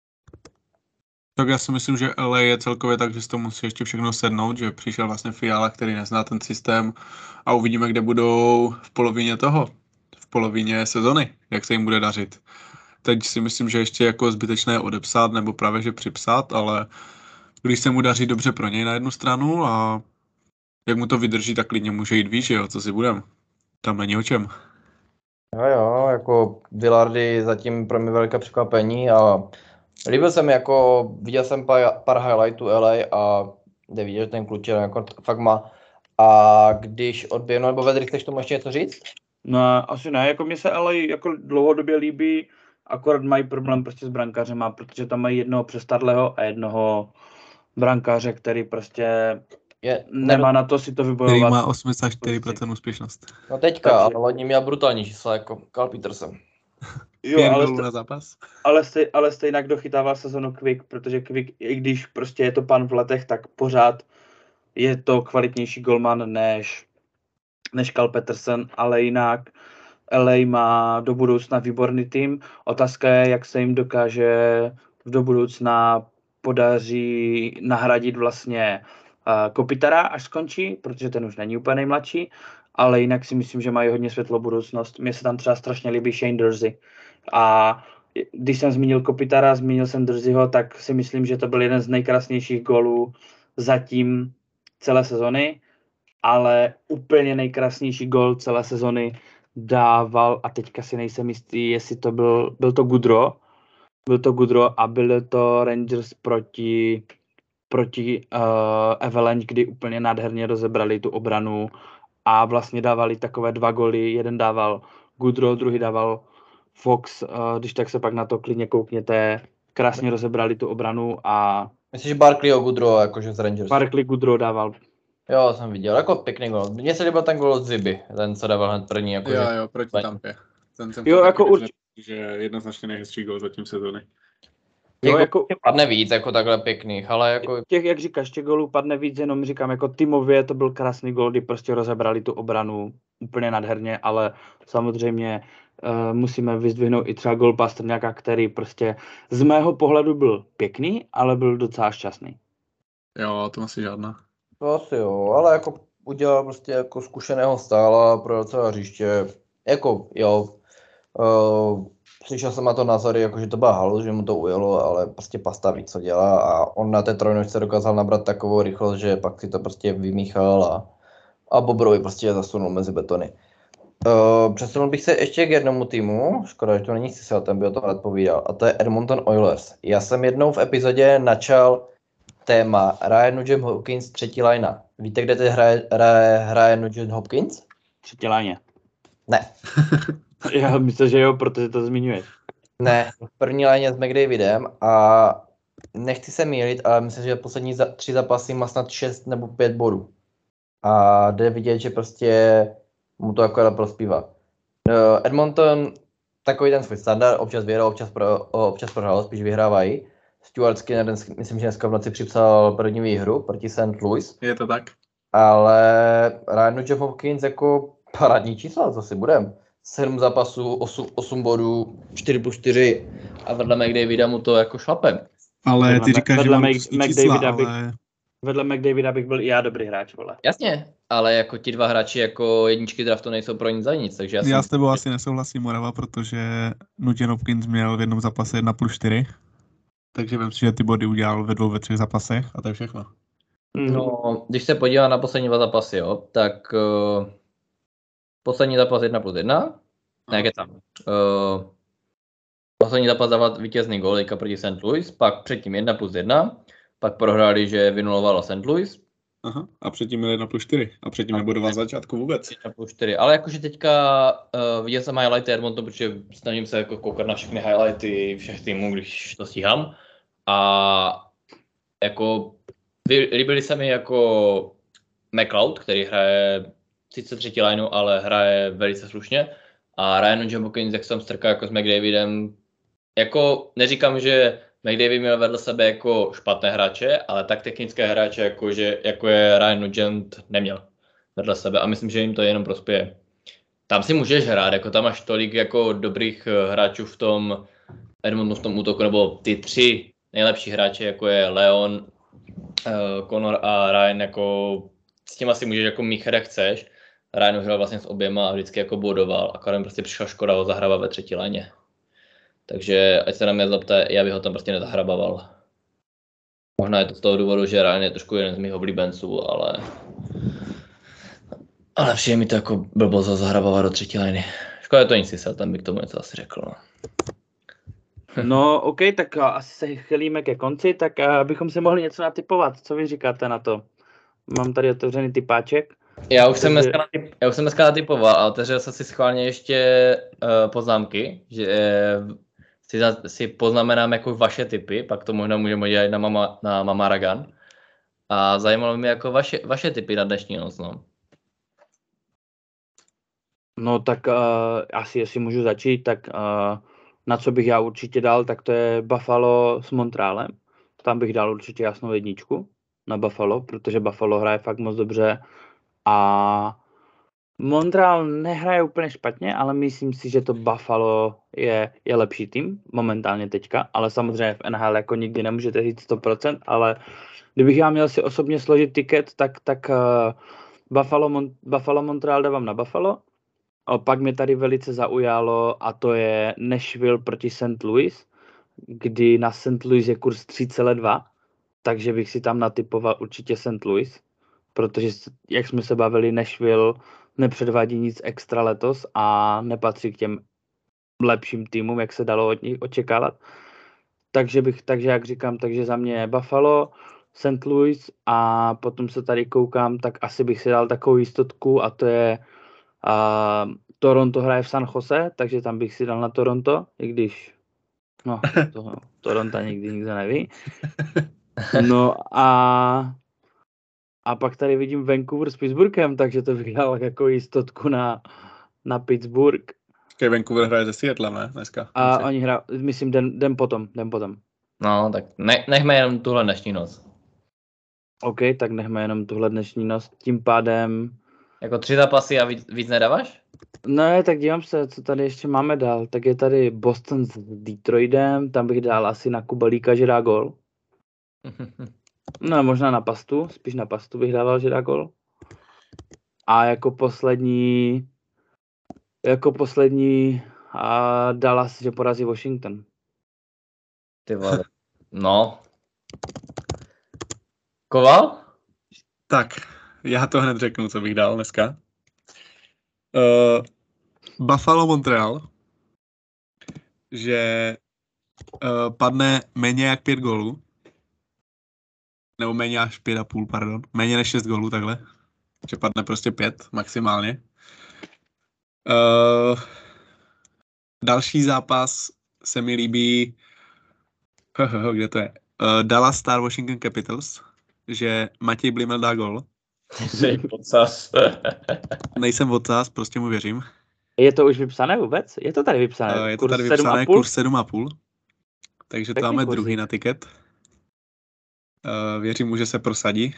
Tak já si myslím, že L A je celkově tak, že si to musí ještě všechno sednout, že přišel vlastně Fiala, který nezná ten systém a uvidíme, kde budou v polovině toho, v polovině sezony, jak se jim bude dařit. Teď si myslím, že ještě jako zbytečné odepsat nebo právě že připsat, ale když se mu daří dobře pro něj na jednu stranu a jak mu to vydrží, tak klidně může jít výš, jo, co si budem. Tam není o čem. Jo, jo, jako Villardy zatím pro mě velké překvapení a líbil jsem jako, viděl jsem pár, pár highlightů L A a jde vidět, že ten klučer jako fakt má. A když odběhnu, nebo Vedry, chceš tomu ještě něco říct? No, asi ne, jako mě se ale jako dlouhodobě líbí, akorát mají problém prostě s brankářema, protože tam mají jednoho přestadlého a jednoho brankáře, který prostě Je, nemá na to si to Který vybojovat. má osmdesát čtyři procent úspěšnost. No teďka, Takže- ale loni měl brutální čísla jako Carl Peterson. Jo, Pět ale, gólů st- na zápas. ale, stej, ale stejně dochytává sezonu Quick, protože Quick, i když prostě je to pan v letech, tak pořád je to kvalitnější golman než, než Carl Peterson, ale jinak L A má do budoucna výborný tým. Otázka je, jak se jim dokáže do budoucna podaří nahradit vlastně uh, Kopitara, až skončí, protože ten už není úplně nejmladší, ale jinak si myslím, že mají hodně světlou budoucnost. Mně se tam třeba strašně líbí Shane Dursey. A když jsem zmínil Kopitara, zmínil jsem Durseyho, tak si myslím, že to byl jeden z nejkrásnějších gólů zatím celé sezony, ale úplně nejkrásnější gól celé sezony dával, a teďka si nejsem jistý, jestli to byl, byl to Goodrow, byl to Goodrow a byl to Rangers proti, proti uh, Avalanche, kdy úplně nádherně rozebrali tu obranu a vlastně dávali takové dva goly, jeden dával Goodrow, druhý dával Fox, uh, když tak se pak na to klidně koukněte, krásně rozebrali tu obranu a Myslíš Barkleyho Goodrow, jakože z Rangers? Barkley Goodrow dával. Jo, jsem viděl, jako pěkný gol. Mně se líbil ten gol od Ziby, ten co dával hned první, jako Jo, že... jo, proti Fajn. Tampě. Ten jsem Jo, chtěl jako taky urč- říct, že je jednoznačně nejhezčí gól zatím sezony. Jo, Těch jako, padne víc, jako takhle pěkných, ale jako... těch, jak říkáš, těch gólů padne víc, jenom říkám, jako týmově to byl krásný gól, kdy prostě rozebrali tu obranu úplně nádherně, ale samozřejmě uh, musíme vyzdvihnout i třeba gól Pastrňáka, který prostě z mého pohledu byl pěkný, ale byl docela šťastný. Jo, to asi žádná. To asi jo, ale jako udělal prostě jako zkušeného stála pro docela hřiště, jako jo, uh, slyšel jsem na to názory, jako že to byla halus, že mu to ujelo, ale prostě Pasta ví, co dělá a on na té trojnožce dokázal nabrat takovou rychlost, že pak si to prostě vymíchal a, a Bobrovi prostě zasunul mezi betony. Uh, přesunul bych se ještě k jednomu týmu, škoda, že to není Cecil, ten by o tom rád povídal, a to je Edmonton Oilers. Já jsem jednou v epizodě načal téma Ryan Nugent Hopkins třetí linea. Víte, kde teď hraje, hraje, hraje Nugent Hopkins? Třetí láně. Ne, Já myslím, že jo, protože to zmiňuješ. ne, v první léně s McDavidem a nechci se mýlit, ale myslím, že poslední za, tři zápasy má snad šest nebo pět bodů. A jde vidět, že prostě mu to akorát prospívá. Uh, Edmonton, takový ten svůj standard, občas vyhrál, občas, pro, občas prohrál, spíš vyhrávají. Stuart Skinner, myslím, že dneska v noci připsal první výhru proti Saint Louis, Je to tak? ale Ryan Nugent Hopkins jako parádní čísla, co si budem. sedm zápasů, osm bodů, čtyři plus čtyři A vedle McDavida mu to jako šlapem. Ale Vedle ty Mac- říkáš, že vedle mám Mac- luxusní McDavida čísla, bych- ale Vedle McDavida bych byl i já dobrý hráč, vole. Jasně, ale jako ti dva hráči jako jedničky draftu nejsou pro nic za nic, takže já, já jsem... s tebou asi nesouhlasím, Morava, protože Nugent Hopkins měl v jednom zápase jedna plus čtyři. Takže vím si, že ty body udělal ve dvou, ve třech zápasech a to je všechno. Mm. No, když se podívám na poslední dva zápasy, jo, tak uh, poslední zápas jedna plus jedna, ne, kecám. Uh, poslední zápas dával vítězný gól proti Saint Louis, pak předtím jedna plus jedna, pak prohráli, že vynulovalo Saint Louis. Aha. A předtím měl jedna plus čtyři. A předtím nebudoval začátku vůbec. jedna plus čtyři, ale jakože teďka uh, viděl jsem highlighty Edmontonu, protože snažím se jako koukat na všechny highlighty všech týmů, když to stíhám. A jako líbili se mi jako McLeod, který hraje sice třetí lineu, ale hraje velice slušně. A Ryan Nugent Hopkins, jak jsem strkal jako s McDavidem, jako neříkám, že McDavid měl vedle sebe jako špatné hráče, ale tak technické hráče, jako, že, jako je Ryan Nugent, neměl vedle sebe a myslím, že jim to jenom prospěje. Tam si můžeš hrát, jako tam máš tolik jako dobrých hráčů v tom Edmontonu v tom útoku, nebo ty tři nejlepší hráče, jako je Leon, uh, Connor a Ryan, jako s tím asi můžeš jako míchat, jak chceš. Ryan už hrál vlastně s oběma a vždycky jako bodoval, akorát prostě přišla škoda ho zahrávat ve třetí léně. Takže ať se na mě zlepte, já bych ho tam prostě nezahrabával. Možná je to z toho důvodu, že Ryan je trošku jeden z mých oblíbenců, ale... Ale přijde mi to jako blbost ho zahrabávat do třetí lény. Škoda, to nic si tam bych k tomu něco asi řekl. No. No, OK, tak uh, asi se chylíme ke konci, tak uh, bychom si mohli něco natypovat. Co vy říkáte na to? Mám tady otevřený typáček. Já už, jsem dneska natyp, já už jsem dneska natypoval a otevřel jsem si schválně ještě uh, poznámky, že uh, si, za, si poznamenám jako vaše tipy, pak to možná můžeme dělat na, mama, na Mama Ragan. A zajímalo mě jako vaše, vaše tipy na dnešní noc. No, no tak uh, asi, jestli můžu začít, tak uh, na co bych já určitě dal, tak to je Buffalo s Montrealem. Tam bych dal určitě jasnou jedničku na Buffalo, protože Buffalo hraje fakt moc dobře a Montreal nehraje úplně špatně, ale myslím si, že to Buffalo je, je lepší tým momentálně teďka, ale samozřejmě v N H L jako nikdy nemůžete říct sto procent, ale kdybych já měl si osobně složit tiket, tak, tak uh, Buffalo, Mon- Buffalo Montreal dávám na Buffalo. A pak mě tady velice zaujalo a to je Nashville proti Saint Louis, kdy na Saint Louis je kurz tři celá dva, takže bych si tam natypoval určitě Saint Louis, protože jak jsme se bavili, Nashville nepředvádí nic extra letos a nepatří k těm lepším týmům, jak se dalo od nich očekávat. Takže bych, takže jak říkám, takže za mě Buffalo, Saint Louis a potom se tady koukám, tak asi bych si dal takovou jistotku a to je a Toronto hraje v San Jose, takže tam bych si dal na Toronto, i když no, to, Toronto nikdy nikdo neví. No a a pak tady vidím Vancouver s Pittsburghem, takže to bych dal jako jistotku na, na Pittsburgh. Okay, Vancouver hraje ze Seattlem, ne? Dneska. A Dneska. Oni hrají, myslím, den, den potom, den potom. No, tak ne, nechme jenom tuhle dnešní noc. OK, tak nechme jenom tuhle dnešní noc. Tím pádem... Jako tři zápasy a víc, víc nedáváš? Ne, tak dívám se, co tady ještě máme dál. Tak je tady Boston s Detroitem, tam bych dal asi na Kubalíka, že dá gól. No, možná na pastu, spíš na pastu bych dával, že dá gól. A jako poslední, jako poslední a Dallas, že porazí Washington. Ty vole. No. Koval? Tak, já to hned řeknu, co bych dal dneska. Uh, Buffalo Montreal, že uh, padne méně jak pět gólů. Nebo méně až pět a půl, pardon. Méně než šest gólů, takhle. Že padne prostě pět maximálně. Uh, další zápas se mi líbí... Kde to je? Uh, Dallas Star Washington Capitals, že Matěj Blimel dá gól. Jsi podsaz. Nejsem odsaz, prostě mu věřím. Je to už vypsané vůbec? Je to tady vypsané? Uh, je to tady vypsané, kurz sedm a půl. Takže to máme druhý na tiket. Uh, věřím mu, že se prosadí.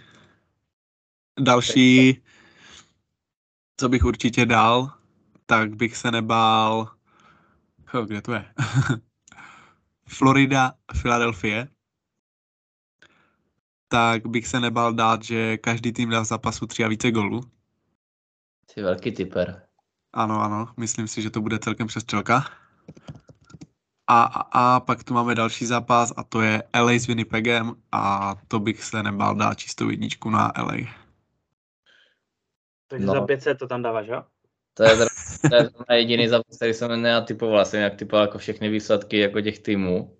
Další, co bych určitě dal, tak bych se nebál... Oh, kde to je? Florida, Philadelphia. Tak bych se nebál dát, že každý tým dá v zápasu tři a více gólů. Jsi velký typer. Ano, ano, myslím si, že to bude celkem přestřelka. A, a, a pak tu máme další zápas a to je L A s Winnipegem a to bych se nebál dát čistou jedničku na L A. Takže no. za pět set to tam dáváš, jo? To je, to je jediný zápas, který jsem nenatypoval. Jsem jak typoval jako všechny výsledky jako těch týmů.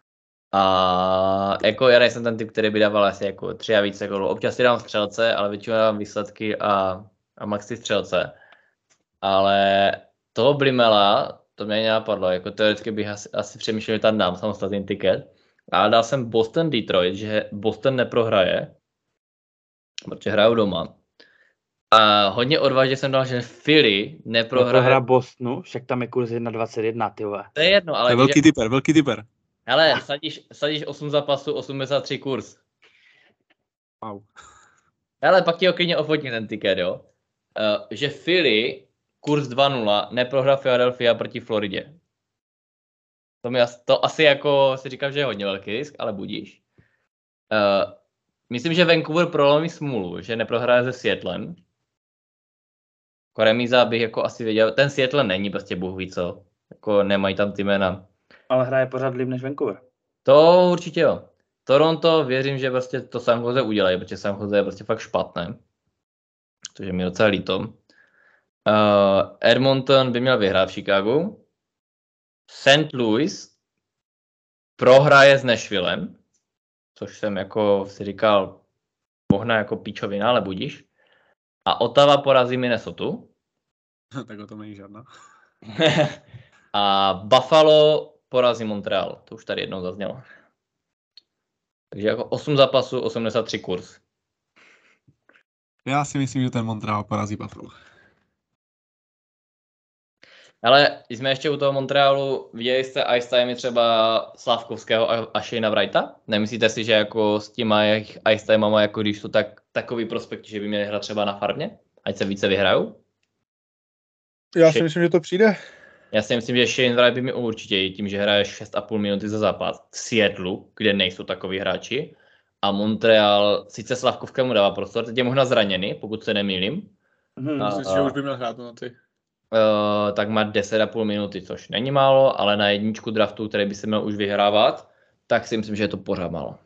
A jako já nejsem ten typ, který by dával asi jako tři a více gólů. Občas si dám střelce, ale většinou dám výsledky a, a maxi střelce. Ale toho Blimela, to mě nenapadlo, jako teoreticky bych asi, asi přemýšlel, že tam dám samostatný tiket. Ale dal jsem Boston Detroit, že Boston neprohraje, protože hrajou doma. A hodně odvážně jsem dal, že Philly neprohraje. Neprohra Bostonu, však tam je kurz jedna dvacet jedna, ty vole. To je jedno, ale To je velký typer, velký typer. hele, sadíš, sadíš osm zápasů, osmdesát tři kurz. Wow. Ale pak ti ho klidně ofotím ten tiket, jo. Uh, že Philly, kurz dva nula, neprohra Philadelphia proti Floridě. To, mi, as- to asi jako si říkám, že je hodně velký risk, ale budíš. Uh, myslím, že Vancouver prolomí smůlu, že neprohraje se Seattlem. Jako remíza bych jako asi věděl, ten Seattle není prostě bůh ví co. Jako nemají tam ty jména. Ale hraje pořád líp než Vancouver. To určitě jo. Toronto věřím, že prostě to San Jose udělají, protože San Jose je prostě fakt špatné. Což je mi docela líto. Uh, Edmonton by měl vyhrát v Chicagu. Saint Louis prohraje s Nashvillem, což jsem jako si říkal, možná jako píčovina, ale budíš. A Ottawa porazí Minnesota. Tak o tom není žádná. A Buffalo porazí Montreal. To už tady jednou zaznělo. Takže jako osm zápasů, osmdesát tři kurz. Já si myslím, že ten Montreal porazí Buffalo. Ale jsme ještě u toho Montrealu, viděli jste ice timey třeba Slávkovského a Shayna Wrighta? Nemyslíte si, že jako s těma jejich ice timama, jako když jsou tak, takový prospekti, že by měli hrát třeba na farmě? Ať se více vyhrajou? Já si myslím, že to přijde. Já si myslím, že Shane Wright by mi určitě jít tím, že hraje šest a půl minuty za zápas v Seattlu, kde nejsou takový hráči. A Montreal, sice Slávkovskému dává prostor, teď je možná zraněný, pokud se nemýlím. Hmm. A- Myslím si, že už by měl hrát na ty. Uh, tak má deset a půl minuty, což není málo, ale na jedničku draftu, který by se měl už vyhrávat, tak si myslím, že je to pořád málo.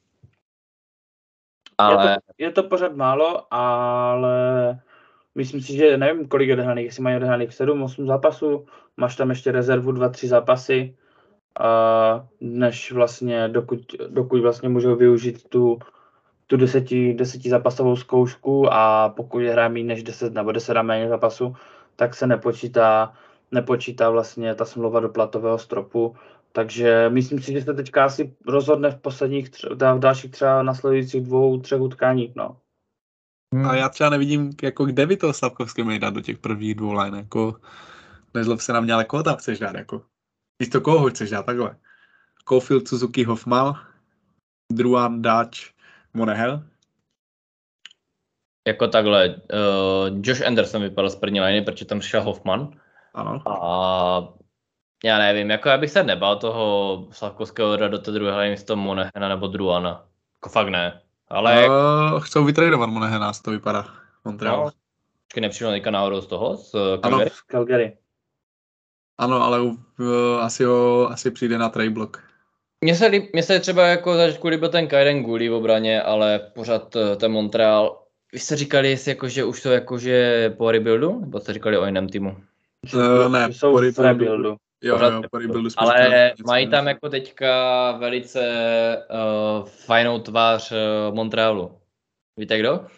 Ale Je, to, je to pořád málo, ale myslím si, že nevím, kolik je odehraných, jestli mají odehraných sedm osm zápasů, máš tam ještě rezervu dva tři zápasy, a než vlastně, dokud, dokud vlastně můžou využít tu, tu deseti, deseti zápasovou zkoušku a pokud je hrají méně než deset nebo deset a méně zápasů, tak se nepočítá, nepočítá vlastně ta smlouva do platového stropu. Takže myslím si, že se teďka asi rozhodne v posledních, tře- v dalších třeba nasledujících dvou, třech utkáních, no. A já třeba nevidím, jako kde by to Slávkovský měl dát do těch prvních dvou line, jako nezlob se na mě, ale koho tam chceš dát, jako místo koho ho chceš dát takhle. Caulfield, Suzuki, Hoffman, Drouin, Dutch, Monahan. jako takhle, uh, Josh Anderson vypadal z první liney, protože tam šel Hoffman. Ano. A já nevím, jako já bych se nebal toho Slávkovského dát do té druhé liney místo Monahana nebo Drouana. Jako fakt ne. Ale Uh, chcou vytradovat Monahana, to vypadá. Montreal. no, počkej, nepřišlo teďka náhodou z toho, z Ano, Calgary? Z Calgary. ano, ale uh, asi ho asi přijde na trade block. Mně se, líb, mně se třeba jako začátku líbil ten Kaiden Guly v obraně, ale pořád eh, ten Montreal. Vy jste říkali, jestli jako, že už to jakože po rebuildu? Nebo jste říkali o jiném týmu? Uh, ne, Že jsou po v rebuildu. rebuildu. Jo, Pořád jo, po rebuildu jsme Ale říkali něco mají tam jiného. jako teďka velice uh, fajnou tvář uh, Montrealu. Víte kdo?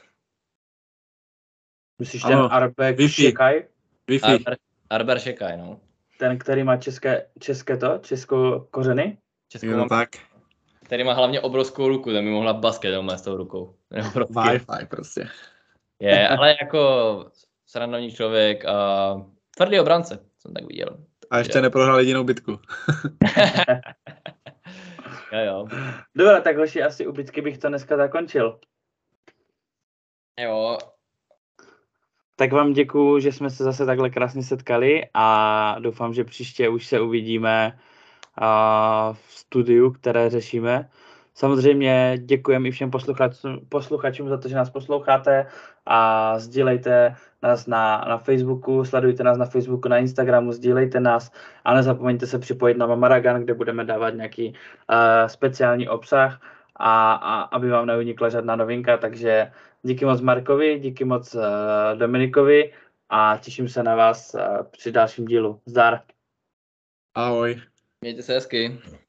Myslíš Ano, ten Arbek Wi-Fi. Šekaj? Wi-Fi. Arber, Arber Šekaj, no. Ten, který má české, české to, česko kořeny? Českou Jo, mám, tak. který má hlavně obrovskou ruku, ten by mohla basket doma s tou rukou. Obrovský. Wi-Fi prostě. Je, ale jako srandovní člověk a tvrdý obránce, jsem tak viděl. A ještě neprohrál jedinou bitku. Jo, jo. Dobře, tak hoši, asi u bitky bych to dneska zakončil. Jo, Tak vám děkuju, že jsme se zase takhle krásně setkali a doufám, že příště už se uvidíme a, v studiu, které řešíme. Samozřejmě děkujeme i všem posluchačům, posluchačům za to, že nás posloucháte a sdílejte nás na, na Facebooku, sledujte nás na Facebooku, na Instagramu, sdílejte nás a nezapomeňte se připojit na Mamaragan, kde budeme dávat nějaký uh, speciální obsah a, a aby vám neunikla žádná novinka, takže díky moc Markovi, díky moc uh, Dominikovi a těším se na vás uh, při dalším dílu. Zdar! Ahoj. mějte se hezky.